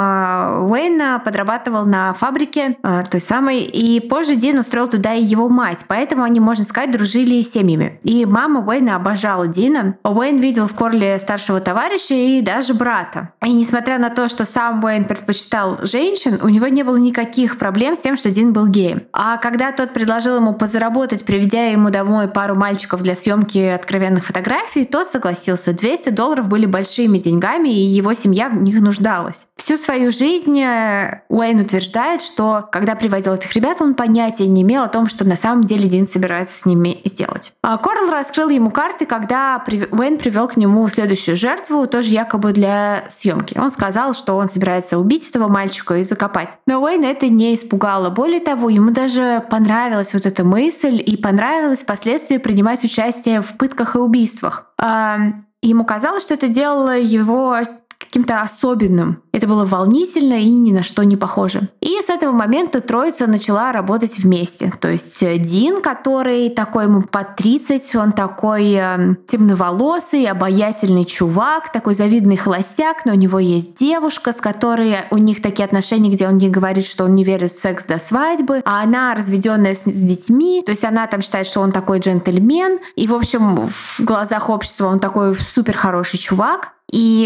Уэйн подрабатывал на фабрике той самой, и позже Дин устроил туда и его мать, поэтому они, можно сказать, дружили семьями. И мама Уэйна обожала Дина. Уэйн видел в Корле старшего товарища и даже брата. И несмотря на то, что сам Уэйн предпочитал женщин, у него не было никаких проблем с тем, что Дин был геем. А когда тот предложил ему подзаработать, приведя ему домой пару мальчиков для съемки откровенных фотографий, тот согласился. $200 были большими деньгами, и его семья в них нуждалась. Всю свою жизнь Уэйн утверждает, что когда привозил этих ребят, он понятия не имел о том, что на самом деле Дин собирается с ними сделать. Корл раскрыл ему карты, когда Уэйн привел к нему следующую жертву, тоже якобы для съемки. Он сказал, что он собирается убить этого мальчика и закопать. Но Уэйна это не испугало. Более того, ему даже понравилась вот эта мысль и понравилось впоследствии принимать участие в пытках и убийствах. Ему казалось, что это делало его каким-то особенным. Это было волнительно и ни на что не похоже. И с этого момента троица начала работать вместе. То есть Дин, который такой ему под 30, он такой темноволосый, обаятельный чувак, такой завидный холостяк, но у него есть девушка, с которой у них такие отношения, где он не говорит, что он не верит в секс до свадьбы, а она разведенная с детьми, то есть она там считает, что он такой джентльмен, и, в общем, в глазах общества он такой супер хороший чувак. И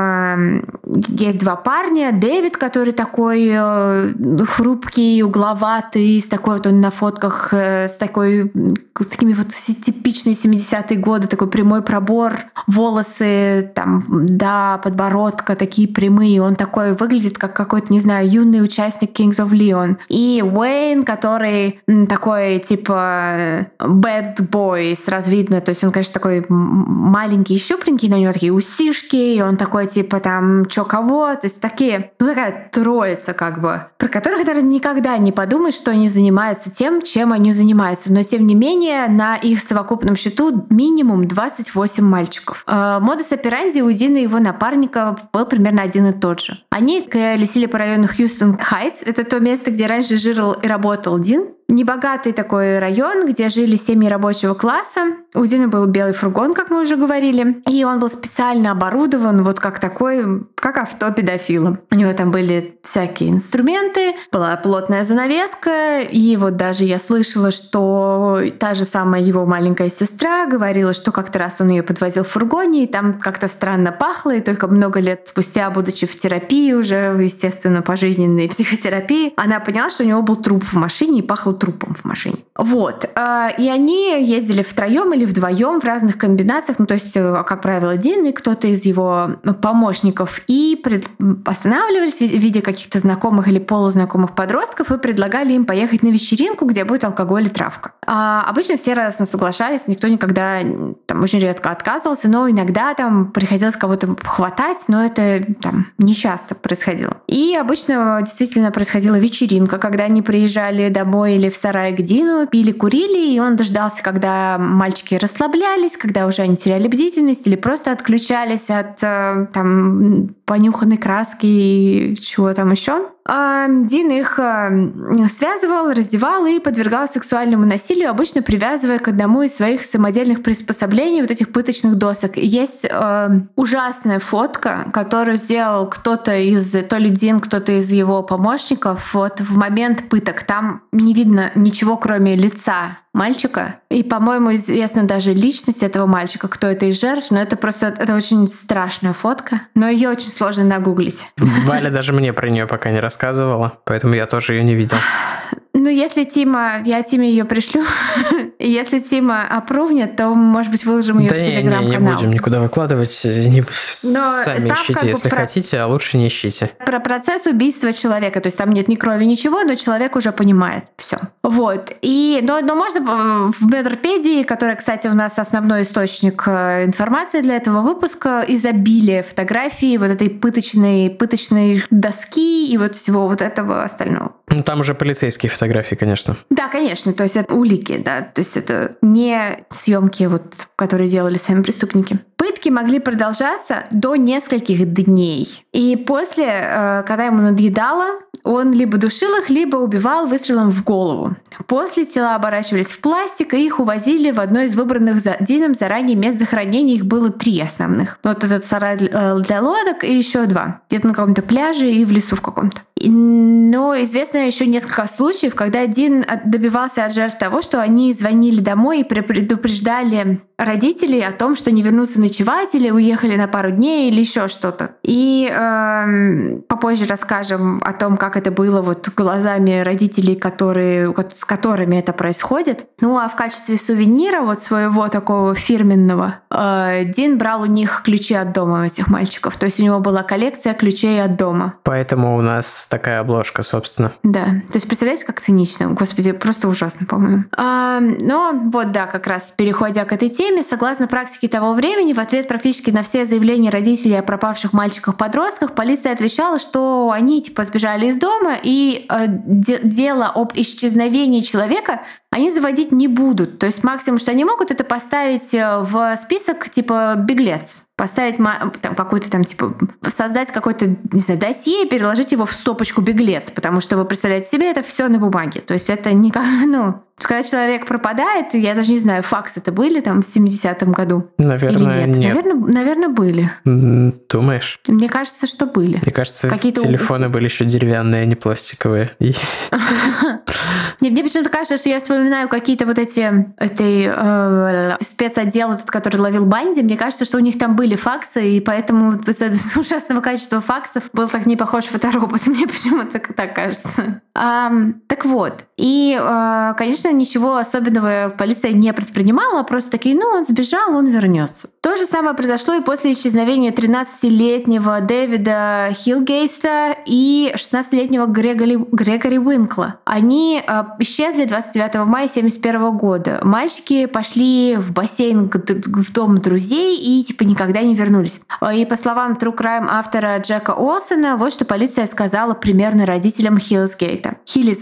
есть два парня. Дэвид, который такой хрупкий, угловатый, с такой вот он на фотках, с такими вот типичные 70-е годы, такой прямой пробор, волосы там до подбородка такие прямые. Он такой выглядит как какой-то, не знаю, юный участник Kings of Leon. И Уэйн, который такой типа bad boy, сразу видно. То есть он, конечно, такой маленький и щупленький, но у него такие усишки, и он такой, типа, там, чё, кого? То есть такие, такая троица, как бы. про которых, наверное, никогда не подумаешь, что они занимаются тем, чем они занимаются. Но, тем не менее, на их совокупном счету минимум 28 мальчиков. Модус операнди у Дина и его напарника был примерно один и тот же. Они колесили по району Хьюстон-Хайтс. Это то место, где раньше жил и работал Дин. Небогатый такой район, где жили семьи рабочего класса. У Дина был белый фургон, как мы уже говорили. И он был специально оборудован вот как такой, как авто педофила. У него там были всякие инструменты, была плотная занавеска. И вот даже я слышала, что та же самая его маленькая сестра говорила, что как-то раз он ее подвозил в фургоне, и там как-то странно пахло. И только много лет спустя, будучи в терапии уже, естественно, пожизненной психотерапии, она поняла, что у него был труп в машине и пахло трупом в машине. Вот. И они ездили втроем или вдвоем в разных комбинациях, ну, то есть, как правило, Дин и кто-то из его помощников, и останавливались, видя каких-то знакомых или полузнакомых подростков, и предлагали им поехать на вечеринку, где будет алкоголь и травка. Обычно все радостно соглашались, никто никогда там очень редко отказывался, но иногда там приходилось кого-то хватать, но это там не часто происходило. И обычно действительно происходила вечеринка, когда они приезжали домой или в сарай к Дину, пили, курили, и он дождался, когда мальчики расслаблялись, когда уже они теряли бдительность или просто отключались от там понюханной краски и чего там еще. Дин их связывал, раздевал и подвергал сексуальному насилию, обычно привязывая к одному из своих самодельных приспособлений, вот этих пыточных досок. Есть ужасная фотка, которую сделал кто-то из, то ли Дин, кто-то из его помощников, вот в момент пыток. Там не видно ничего, кроме лица мальчика. И, по-моему, известна даже личность этого мальчика, кто это из жертв, но это просто это очень страшная фотка, но ее очень сложно нагуглить. Валя даже мне про нее пока не рассказывала, поэтому я тоже ее не видел. Ну, если я Тиме ее пришлю, если Тима опрувнет, то, может быть, выложим ее в телеграм-канал. Не будем никуда выкладывать, сами ищите, если хотите, а лучше не ищите. Про процесс убийства человека, то есть там нет ни крови, ничего, но человек уже понимает все. Вот. Но можно в Медорпедии, которая, кстати, у нас основной источник информации для этого выпуска, изобилие фотографий вот этой пыточной доски и вот всего вот этого остального. Ну, там уже полицейские фотографии, конечно. Да, конечно, то есть это улики, да, то есть это не съемки, вот, которые делали сами преступники. Пытки могли продолжаться до нескольких дней. И после, когда ему надоедало, он либо душил их, либо убивал выстрелом в голову. После тела оборачивались в пластик, и их увозили в одно из выбранных Дином заранее мест захоронения. Их было 3 основных. Вот этот сарай для лодок и еще 2. Где-то на каком-то пляже и в лесу в каком-то. Но известно еще несколько случаев, когда Дин добивался от жертв того, что они звонили домой и предупреждали родителей о том, что не вернутся ночевать или уехали на пару дней или еще что-то. И попозже расскажем о том, как это было вот глазами родителей, с которыми это происходит. Ну а в качестве сувенира вот своего такого фирменного Дин брал у них ключи от дома у этих мальчиков. То есть у него была коллекция ключей от дома. Поэтому у нас такая обложка, собственно. Да. То есть представляете, как цинично? Господи, просто ужасно, по-моему. Но вот да, как раз переходя к этой теме, согласно практике того времени, в ответ практически на все заявления родителей о пропавших мальчиках-подростках, полиция отвечала, что они типа сбежали из дома, и дело об исчезновении человека они заводить не будут. То есть максимум, что они могут, это поставить в список типа «беглец». Поставить там, какой-то там, типа, создать какой-то, не знаю, досье и переложить его в стопочку «беглец», потому что вы представляете себе, это все на бумаге. То есть это никак, когда человек пропадает, я даже не знаю, факсы-то были там в 70-м году? Наверное, или нет? Наверное, были. Думаешь? Мне кажется, что были. Мне кажется, телефоны были еще деревянные, а не пластиковые. Мне почему-то кажется, что я вспоминаю какие-то вот эти спецотдел, который ловил Банди. Мне кажется, что у них там были факсы, и поэтому из ужасного качества факсов был так не похож фоторобот. Мне почему-то так кажется. Так вот. И, конечно, ничего особенного полиция не предпринимала, просто такие, он сбежал, он вернется. То же самое произошло и после исчезновения 13-летнего Дэвида Хилгейста и 16-летнего Грегори Уинкла. Они исчезли 29 мая 1971 года. Мальчики пошли в бассейн в дом друзей и никогда не вернулись. И по словам True Crime автора Джека Олсона, вот что полиция сказала примерно родителям Хиллисгейта.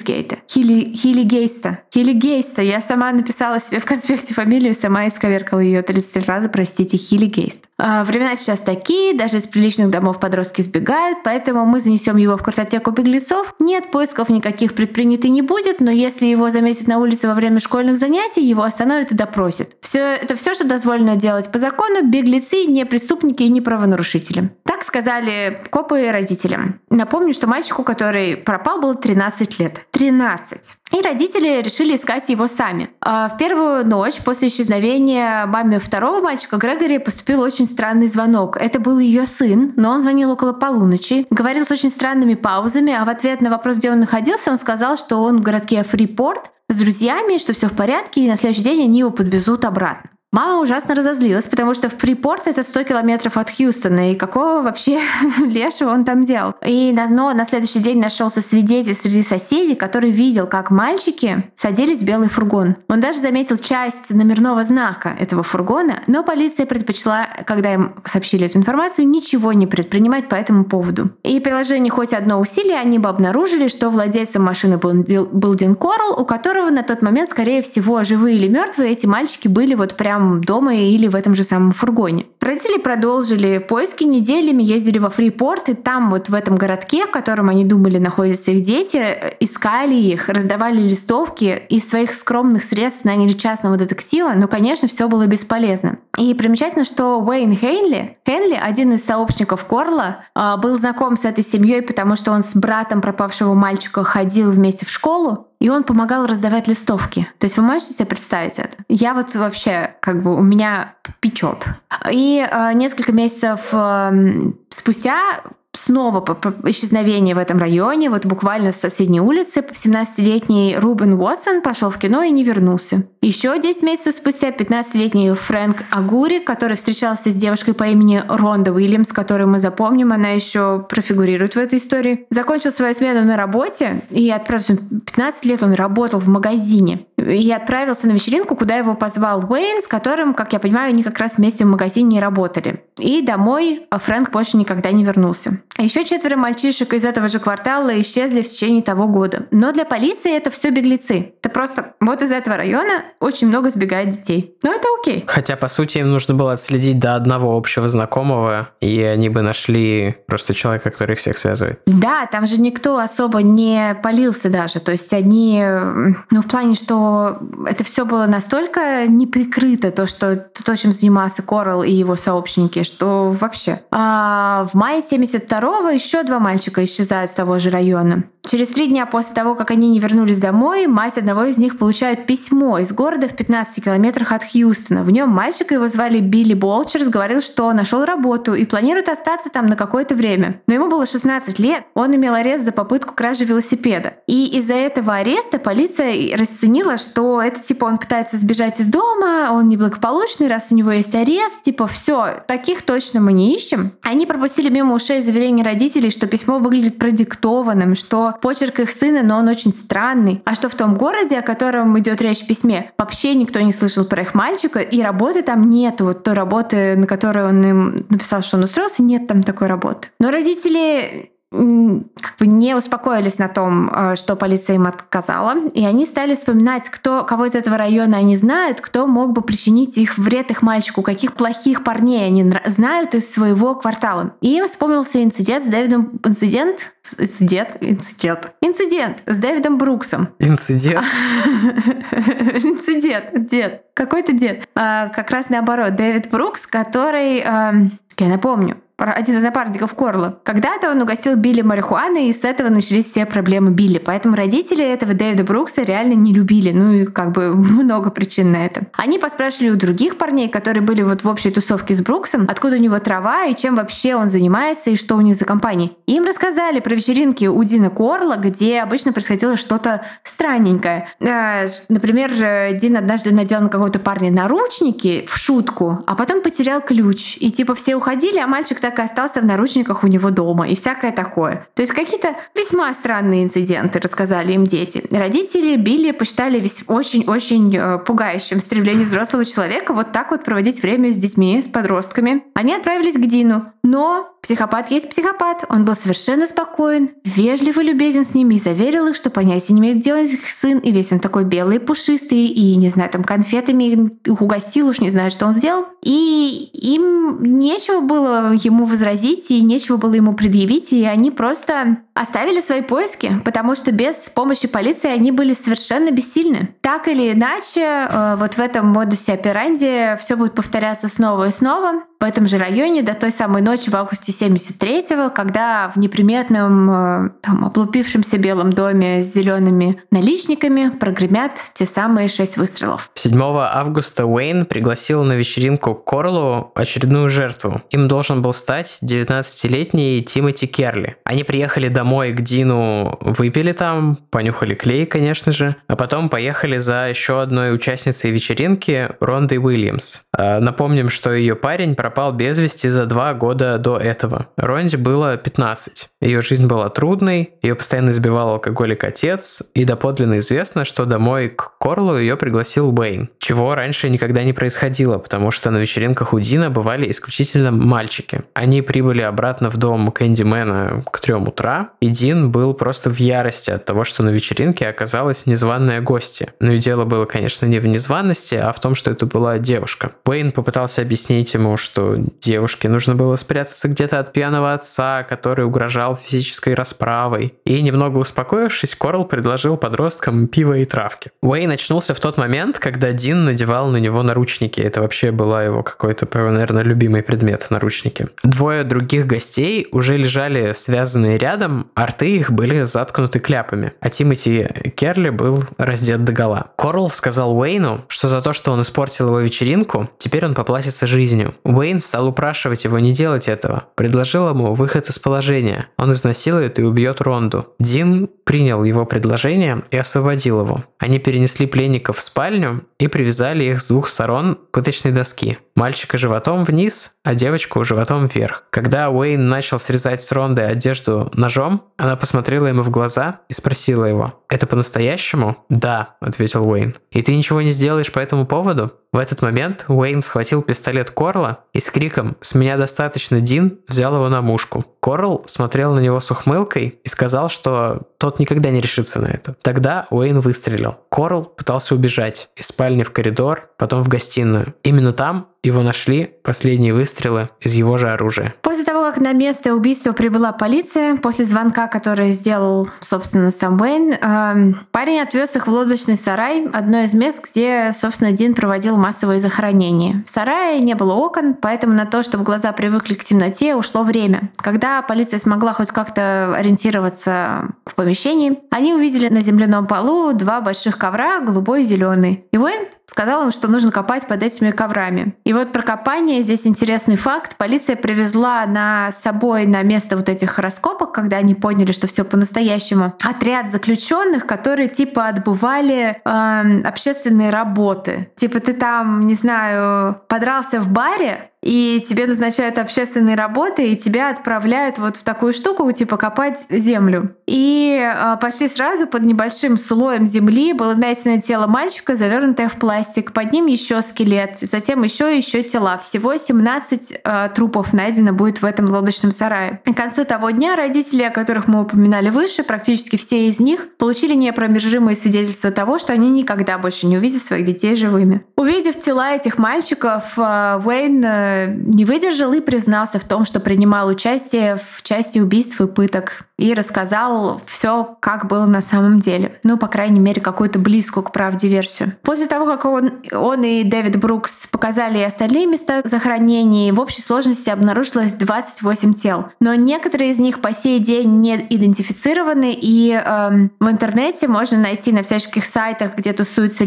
Я сама написала себе в конспекте фамилию, сама исковеркала ее 33 раза, простите, Хиллигейст. Времена сейчас такие, даже из приличных домов подростки сбегают, поэтому мы занесем его в картотеку беглецов. Нет, поисков никаких предпринято не будет, но если его заметят на улице во время школьных занятий, его остановят и допросят. Это все, что дозволено делать по закону. Беглецы не преступники и не правонарушители. Так сказали копы родителям. Напомню, что мальчику, который пропал, было 13 лет. 13. И родители решили искать его сами. В первую ночь после исчезновения маме второго мальчика Грегори поступил очень странный звонок. Это был ее сын, но он звонил около полуночи, говорил с очень странными паузами, а в ответ на вопрос, где он находился, он сказал, что он в городке Фрипорт с друзьями, что все в порядке, и на следующий день они его подвезут обратно. Мама ужасно разозлилась, потому что Фрипорт — это 100 километров от Хьюстона, и какого вообще лешего он там делал. Но на следующий день нашелся свидетель среди соседей, который видел, как мальчики садились в белый фургон. Он даже заметил часть номерного знака этого фургона, но полиция предпочла, когда им сообщили эту информацию, ничего не предпринимать по этому поводу. И приложив хоть одно усилие, они бы обнаружили, что владельцем машины был Дин Корл, у которого на тот момент, скорее всего, живые или мертвые, эти мальчики были вот прям дома или в этом же самом фургоне. Родители продолжили поиски неделями, ездили во Фрипорт, и там вот в этом городке, в котором они думали находятся их дети, искали их, раздавали листовки, из своих скромных средств наняли частного детектива, но, конечно, все было бесполезно. И примечательно, что Уэйн Хейнли, один из сообщников Корла, был знаком с этой семьей, потому что он с братом пропавшего мальчика ходил вместе в школу, и он помогал раздавать листовки. То есть вы можете себе представить это? Я вот вообще, у меня печет. И несколько месяцев спустя снова исчезновение в этом районе, вот буквально с соседней улицы, 17-летний Рубен Уотсон пошел в кино и не вернулся. Еще 10 месяцев спустя 15-летний Фрэнк Агури, который встречался с девушкой по имени Ронда Уильямс, которую мы запомним, она еще профигурирует в этой истории, закончил свою смену на работе и отправился, 15 лет он работал в магазине, и отправился на вечеринку, куда его позвал Уэйн, с которым, как я понимаю, они как раз вместе в магазине работали. И домой Фрэнк больше никогда не вернулся. Еще 4 мальчишек из этого же квартала исчезли в течение того года. Но для полиции это все беглецы. Это просто вот из этого района очень много сбегает детей. Но это окей. Хотя, по сути, им нужно было отследить до одного общего знакомого, и они бы нашли просто человека, который их всех связывает. Да, там же никто особо не палился даже. То есть они, в плане, что это все было настолько неприкрыто, то, чем занимался Корл и его сообщники, что вообще. В мае 1972-го еще 2 мальчика исчезают с того же района. Через 3 дня после того, как они не вернулись домой, мать одного из них получает письмо из города в 15 километрах от Хьюстона. В нем мальчика, его звали Билли Болчерс, говорил, что нашел работу и планирует остаться там на какое-то время. Но ему было 16 лет, он имел арест за попытку кражи велосипеда. И из-за этого ареста полиция расценила, что это он пытается сбежать из дома, он неблагополучный, раз у него есть арест, все, таких точно мы не ищем. Они пропустили мимо ушей заверения родителей, что письмо выглядит продиктованным, что почерк их сына, но он очень странный, а что в том городе, о котором идет речь в письме, вообще никто не слышал про их мальчика, и работы там нету. Вот той работы, на которую он им написал, что он устроился, нет там такой работы. Но родители не успокоились на том, что полиция им отказала, и они стали вспоминать, кого из этого района они знают, кто мог бы причинить вред их мальчику, каких плохих парней они знают из своего квартала. И им вспомнился инцидент с Дэвидом Бруксом. Инцидент? Дед. Какой-то дед. Как раз наоборот. Дэвид Брукс, который, я напомню, один из напарников Корла. Когда-то он угостил Билли марихуаной, и с этого начались все проблемы Билли. Поэтому родители этого Дэвида Брукса реально не любили. Много причин на это. Они поспрашивали у других парней, которые были вот в общей тусовке с Бруксом, откуда у него трава и чем вообще он занимается и что у них за компания. Им рассказали про вечеринки у Дина Корла, где обычно происходило что-то странненькое. Например, Дин однажды надел на какого-то парня наручники в шутку, а потом потерял ключ. И все уходили, а мальчик так и остался в наручниках у него дома и всякое такое. То есть какие-то весьма странные инциденты, рассказали им дети. Родители Билли посчитали очень-очень пугающим стремление взрослого человека вот так вот проводить время с детьми, с подростками. Они отправились к Дину, но психопат есть психопат. Он был совершенно спокоен, вежливо любезен с ними и заверил их, что понятия не имеет, делать их сын, и весь он такой белый и пушистый, и, не знаю, там конфетами их угостил, уж не знаю, что он сделал. И им нечего было ему возразить, и нечего было ему предъявить, и они просто оставили свои поиски, потому что без помощи полиции они были совершенно бессильны. Так или иначе, вот в этом модусе операнди все будет повторяться снова и снова в этом же районе до той самой ночи в августе 73-го, когда в неприметном, там, облупившемся белом доме с зелеными наличниками прогремят те самые 6 выстрелов. 7 августа Уэйн пригласил на вечеринку к Корлу очередную жертву. Им должен был стать 19-летний Тимоти Керли. Они приехали домой к Дину, выпили там, понюхали клей, конечно же, а потом поехали за еще одной участницей вечеринки Рондой Уильямс. Напомним, что ее парень пропал без вести за 2 года до этого. Ронде было 15. Ее жизнь была трудной, ее постоянно избивал алкоголик отец, и доподлинно известно, что домой к Корлу ее пригласил Уэйн, чего раньше никогда не происходило, потому что на вечеринках у Дина бывали исключительно мальчики. Они прибыли обратно в дом Кэндимена к 3 утра, и Дин был просто в ярости от того, что на вечеринке оказалась незваная гостья. Но и дело было, конечно, не в незваности, а в том, что это была девушка. Уэйн попытался объяснить ему, что девушке нужно было спрятаться где-то от пьяного отца, который угрожал физической расправой. И немного успокоившись, Корл предложил подросткам пиво и травки. Уэйн очнулся в тот момент, когда Дин надевал на него наручники. Это вообще была его какой-то, наверное, любимый предмет — наручники. 2 других гостей уже лежали связанные рядом, а рты их были заткнуты кляпами, а Тимоти Керли был раздет догола. Корл сказал Уэйну, что за то, что он испортил его вечеринку, теперь он поплатится жизнью. Уэйн стал упрашивать его не делать этого, предложил ему выход из положения. Он изнасилует и убьет Ронду. Дин принял его предложение и освободил его. Они перенесли пленников в спальню и привязали их с 2 сторон к пыточной доски. Мальчика животом вниз, а девочку животом вверх. Когда Уэйн начал срезать с Ронды одежду ножом, она посмотрела ему в глаза и спросила его: «Это по-настоящему?» «Да», — ответил Уэйн. «И ты ничего не сделаешь по этому поводу?» В этот момент Уэйн схватил пистолет Корла и с криком «С меня достаточно, Дин!» взял его на мушку. Корл смотрел на него с ухмылкой и сказал, что тот никогда не решится на это. Тогда Уэйн выстрелил. Корл пытался убежать из спальни в коридор, потом в гостиную. Именно там его нашли последние выстрелы из его же оружия. После того, как на место убийства прибыла полиция, после звонка, который сделал, собственно, сам Уэйн, парень отвез их в лодочный сарай, одно из мест, где, собственно, Дин проводил массовые захоронения. В сарае не было окон, поэтому на то, чтобы глаза привыкли к темноте, ушло время. Когда полиция смогла хоть как-то ориентироваться в помещении, они увидели на земляном полу 2 больших ковра, голубой и зеленый. И Уэйн сказал им, что нужно копать под этими коврами. И вот про копание здесь интересный факт. Полиция привезла с собой на место вот этих раскопок, когда они поняли, что все по-настоящему, отряд заключенных, которые типа отбывали общественные работы. Типа ты там, не знаю, подрался в баре, и тебе назначают общественные работы, и тебя отправляют вот в такую штуку, типа копать землю. И почти сразу под небольшим слоем земли было найдено тело мальчика, завернутое в пластик. Под ним еще скелет, затем еще тела. Всего 17 трупов найдено будет в этом лодочном сарае. И к концу того дня родители, о которых мы упоминали выше, практически все из них получили неопровержимые свидетельства того, что они никогда больше не увидят своих детей живыми. Увидев тела этих мальчиков, Уэйн не выдержал и признался в том, что принимал участие в части убийств и пыток. И рассказал все, как было на самом деле. Ну, по крайней мере, какую-то близкую к правде версию. После того, как он и Дэвид Брукс показали остальные места захоронений, в общей сложности обнаружилось 28 тел. Но некоторые из них по сей день не идентифицированы, и в интернете можно найти на всяких сайтах, где тусуются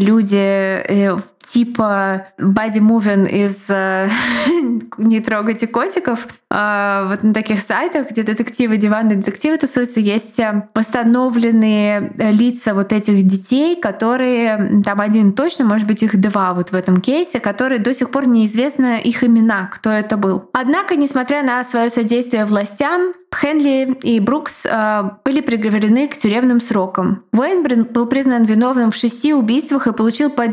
люди типа Body Moving из «Не трогайте котиков». Вот на таких сайтах, где детективы, диванные детективы тусуются, есть постановленные лица вот этих детей, которые, там один точно, может быть, их два вот в этом кейсе, которые до сих пор неизвестно их имена, кто это был. Однако, несмотря на свое содействие властям, Хенли и Брукс были приговорены к тюремным срокам. Уэйн был признан виновным в 6 убийствах и получил по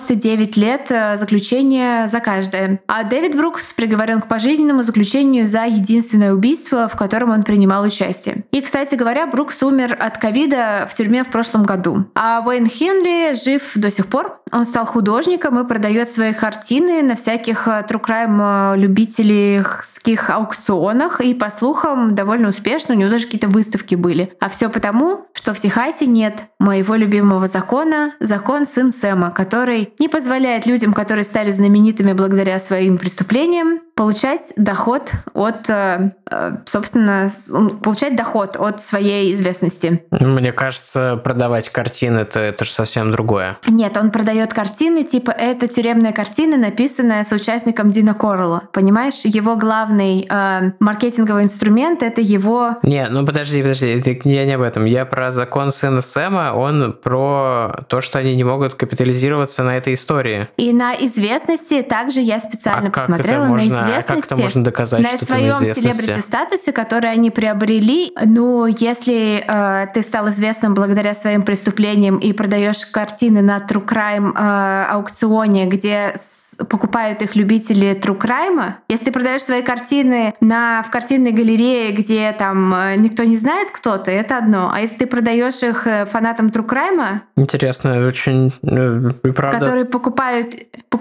99 лет заключения за каждое. А Дэвид Брукс приговорен к пожизненному заключению за единственное убийство, в котором он принимал участие. И, кстати говоря, Брукс умер от ковида в тюрьме в прошлом году. А Уэйн Хенли жив до сих пор. Он стал художником и продает свои картины на всяких true crime любительских аукционах. И, по слухам, довольно успешно, у него даже какие-то выставки были. А все потому, что в Техасе нет моего любимого закона, закон Сын Сэма, который не позволяет людям, которые стали знаменитыми благодаря своим преступлениям, получать доход от, собственно, получать доход от своей известности. Мне кажется, продавать картины это же совсем другое. Нет, он продает картины, типа это тюремная картина, написанная соучастником Дина Коррелла. Понимаешь, его главный маркетинговый инструмент — это его... Не, ну подожди, я не об этом. Я про закон Сына Сэма, он про то, что они не могут капитализироваться на этой истории. И на известности также я специально посмотрела на известности. Как это можно доказать, на что ты на известности? своем селебрити-статусе, который они приобрели. Ну, если ты стал известным благодаря своим преступлениям и продаешь картины на true crime аукционе, где покупают их любители true crime, если ты продаешь свои картины в картинной галерее, где там никто не знает, кто ты, это одно. А если ты продаешь их фанатам true crime, интересно, очень правда. Которые покупают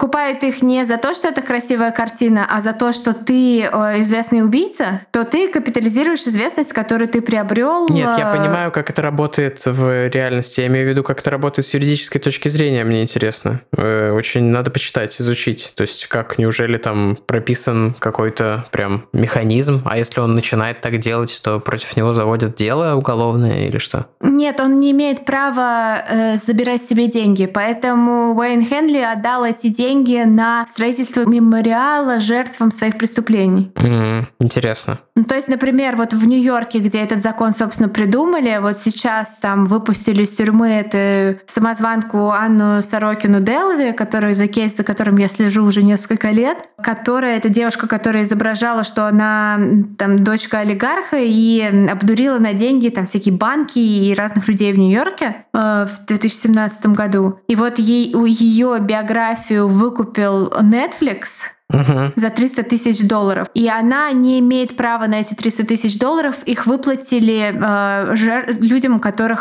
их не за то, что это красивая картина, а за то, что ты известный убийца, то ты капитализируешь известность, которую ты приобрел. Нет, я понимаю, как это работает в реальности. Я имею в виду, как это работает с юридической точки зрения, мне интересно. Очень надо почитать, изучить. То есть, как, неужели там прописан какой-то прям механизм, а если он начинает так делать, то против него заводят дело уголовное или что? Нет, он не имеет права забирать себе деньги, поэтому Уэйн Хенли отдал эти деньги на строительство мемориала жертвам своих преступлений. Интересно. Ну, то есть, например, вот в Нью-Йорке, где этот закон, собственно, придумали, вот сейчас там выпустили из тюрьмы эту самозванку Анну Сорокину Делви, за кейс, за которым я слежу уже несколько лет, это девушка, которая изображала, что она там дочка олигарха и обдурила на деньги там всякие банки и разных людей в Нью-Йорке в 2017 году. И вот ее биографию выкупил Netflix за $300 тысяч. И она не имеет права на эти $300 тысяч. Их выплатили людям, которые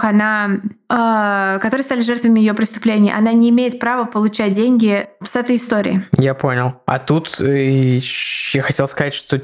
стали жертвами ее преступлений. Она не имеет права получать деньги с этой истории. Я понял. А тут я хотел сказать, что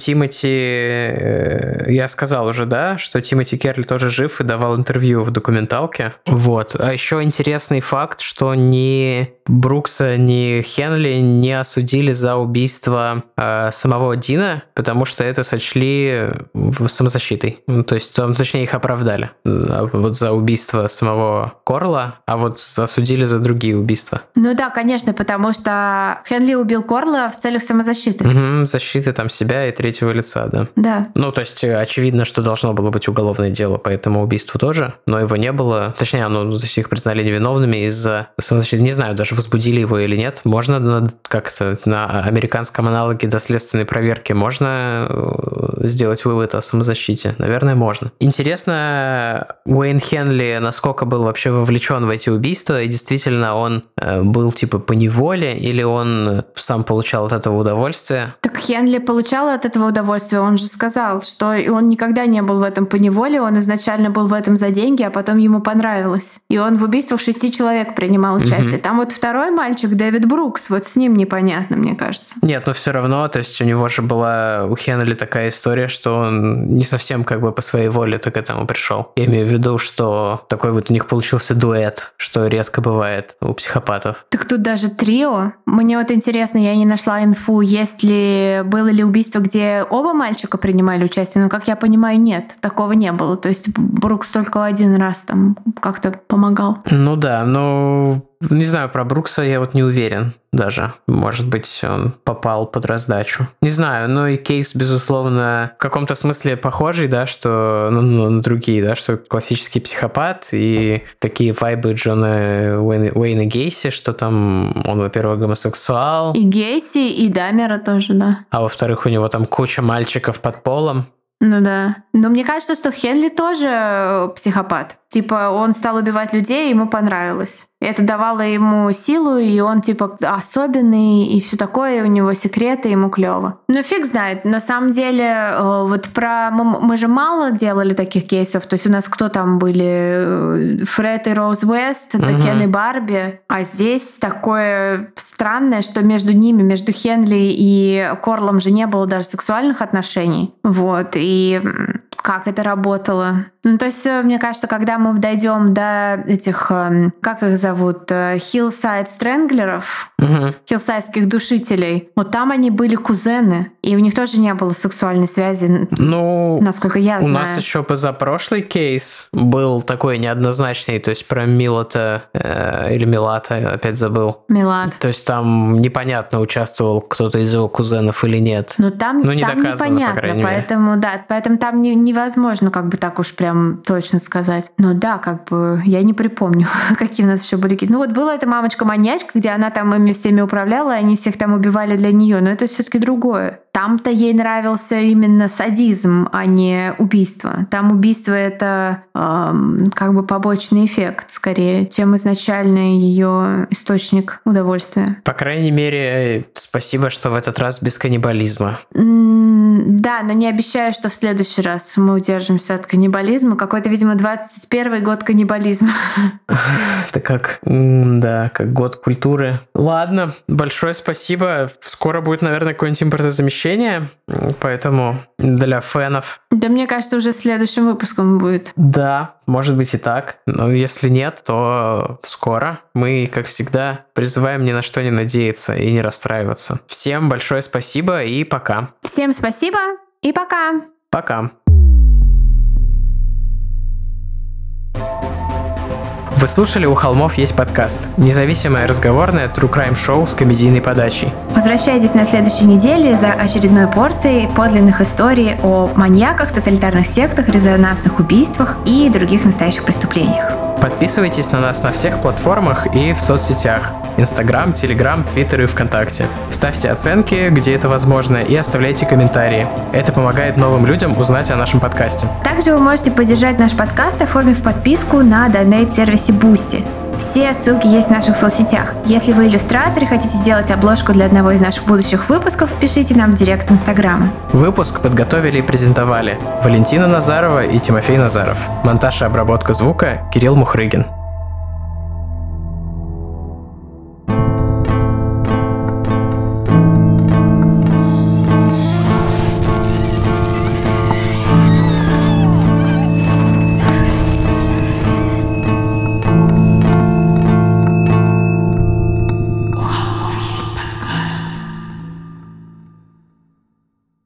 я сказал уже, да, что Тимоти Керли тоже жив и давал интервью в документалке. Вот. А еще интересный факт, что ни Брукса, ни Хенли не осудили за убийство самого Дина, потому что это сочли самозащитой. То есть, точнее, их оправдали. Вот за убийство самого Корла, а вот осудили за другие убийства. Ну да, конечно, потому что Хенли убил Корла в целях самозащиты. Защиты там себя и третьего лица, да. Да. Ну, то есть, очевидно, что должно было быть уголовное дело по этому убийству тоже, но его не было. Точнее, то есть их признали невиновными из-за самозащиты. Не знаю, даже возбудили его или нет. Можно как-то на американском аналоге доследственной проверки можно сделать вывод о самозащите? Наверное, можно. Интересно, Уэйн Хенли насколько был вообще вовлечен в эти убийства, и действительно он был типа по неволе, или он сам получал от этого удовольствие? Так Хенли получал от этого удовольствие, он же сказал, что он никогда не был в этом по неволе, он изначально был в этом за деньги, а потом ему понравилось. И он в убийствах 6 человек принимал участие. Там вот второй мальчик, Дэвид Брукс, вот с ним непонятно, мне кажется. Нет, но все равно, то есть у него же была у Хенли такая история, что он не совсем как бы по своей воле к этому пришел. Я имею в виду, что такой вот у них получился дуэт, что редко бывает у психопатов. Так тут даже трио. Мне вот интересно, я не нашла инфу, было ли убийство, где оба мальчика принимали участие, но, как я понимаю, нет, такого не было. То есть Брукс только один раз там как-то помогал. Ну да, Не знаю, про Брукса я вот не уверен даже. Может быть, он попал под раздачу. Не знаю, но и кейс, безусловно, в каком-то смысле похожий, да, что на другие, да, что классический психопат и такие вайбы Джона Уэйна Гейси, что там он, во-первых, гомосексуал. И Гейси, и Дамера тоже, да. А во-вторых, у него там куча мальчиков под полом. Ну да. Но мне кажется, что Хенли тоже психопат. Типа, он стал убивать людей, и ему понравилось. Это давало ему силу, и он, типа, особенный, и все такое, у него секреты, ему клево. Но фиг знает. На самом деле, вот про... Мы же мало делали таких кейсов. То есть у нас кто там были? Фред и Роуз Уэст, это Кен и Барби. А здесь такое странное, что между ними, между Хенли и Корлом же не было даже сексуальных отношений. Вот. И как это работало? Ну, то есть, мне кажется, когда мы дойдем до этих, как их зовут, Hillside Stranglеров, хиллсайдских душителей, вот там они были кузены, и у них тоже не было сексуальной связи, насколько я знаю. У нас еще позапрошлый кейс был такой неоднозначный, то есть про Милата или Милата, опять забыл. Милат. То есть там непонятно, участвовал кто-то из его кузенов или нет. Но там, не там доказано, непонятно, по крайней поэтому там невозможно как бы так уж прям точно сказать. Но да, как бы я не припомню, какие у нас еще были кейсы. Ну вот была эта мамочка-маньячка, где она там ими всеми управляла, и они всех там убивали для нее, но это все-таки другое. Там-то ей нравился именно садизм, а не убийство. Там убийство — это как бы побочный эффект, скорее, чем изначальный ее источник удовольствия. По крайней мере, спасибо, что в этот раз без каннибализма. Да, но не обещаю, что в следующий раз мы удержимся от каннибализма. Какой-то, видимо, 21-й год каннибализма. Это как год культуры. Ладно, большое спасибо. Скоро будет, наверное, какое-нибудь импортозамещение, поэтому для фенов. Да, мне кажется, уже следующим выпуском будет. Да, может быть и так. Но если нет, то скоро. Мы, как всегда, призываем ни на что не надеяться и не расстраиваться. Всем большое спасибо и пока. Всем спасибо и пока. Пока. Вы слушали «У холмов есть подкаст» – независимое разговорное true crime шоу с комедийной подачей. Возвращайтесь на следующей неделе за очередной порцией подлинных историй о маньяках, тоталитарных сектах, резонансных убийствах и других настоящих преступлениях. Подписывайтесь на нас на всех платформах и в соцсетях – Инстаграм, Телеграм, Твиттер и ВКонтакте. Ставьте оценки, где это возможно, и оставляйте комментарии. Это помогает новым людям узнать о нашем подкасте. Также вы можете поддержать наш подкаст, оформив подписку на донейт-сервисе Boosty. Все ссылки есть в наших соцсетях. Если вы иллюстратор и хотите сделать обложку для одного из наших будущих выпусков, пишите нам в директ Инстаграма. Выпуск подготовили и презентовали Валентина Назарова и Тимофей Назаров. Монтаж и обработка звука Кирилл Мухрыгин.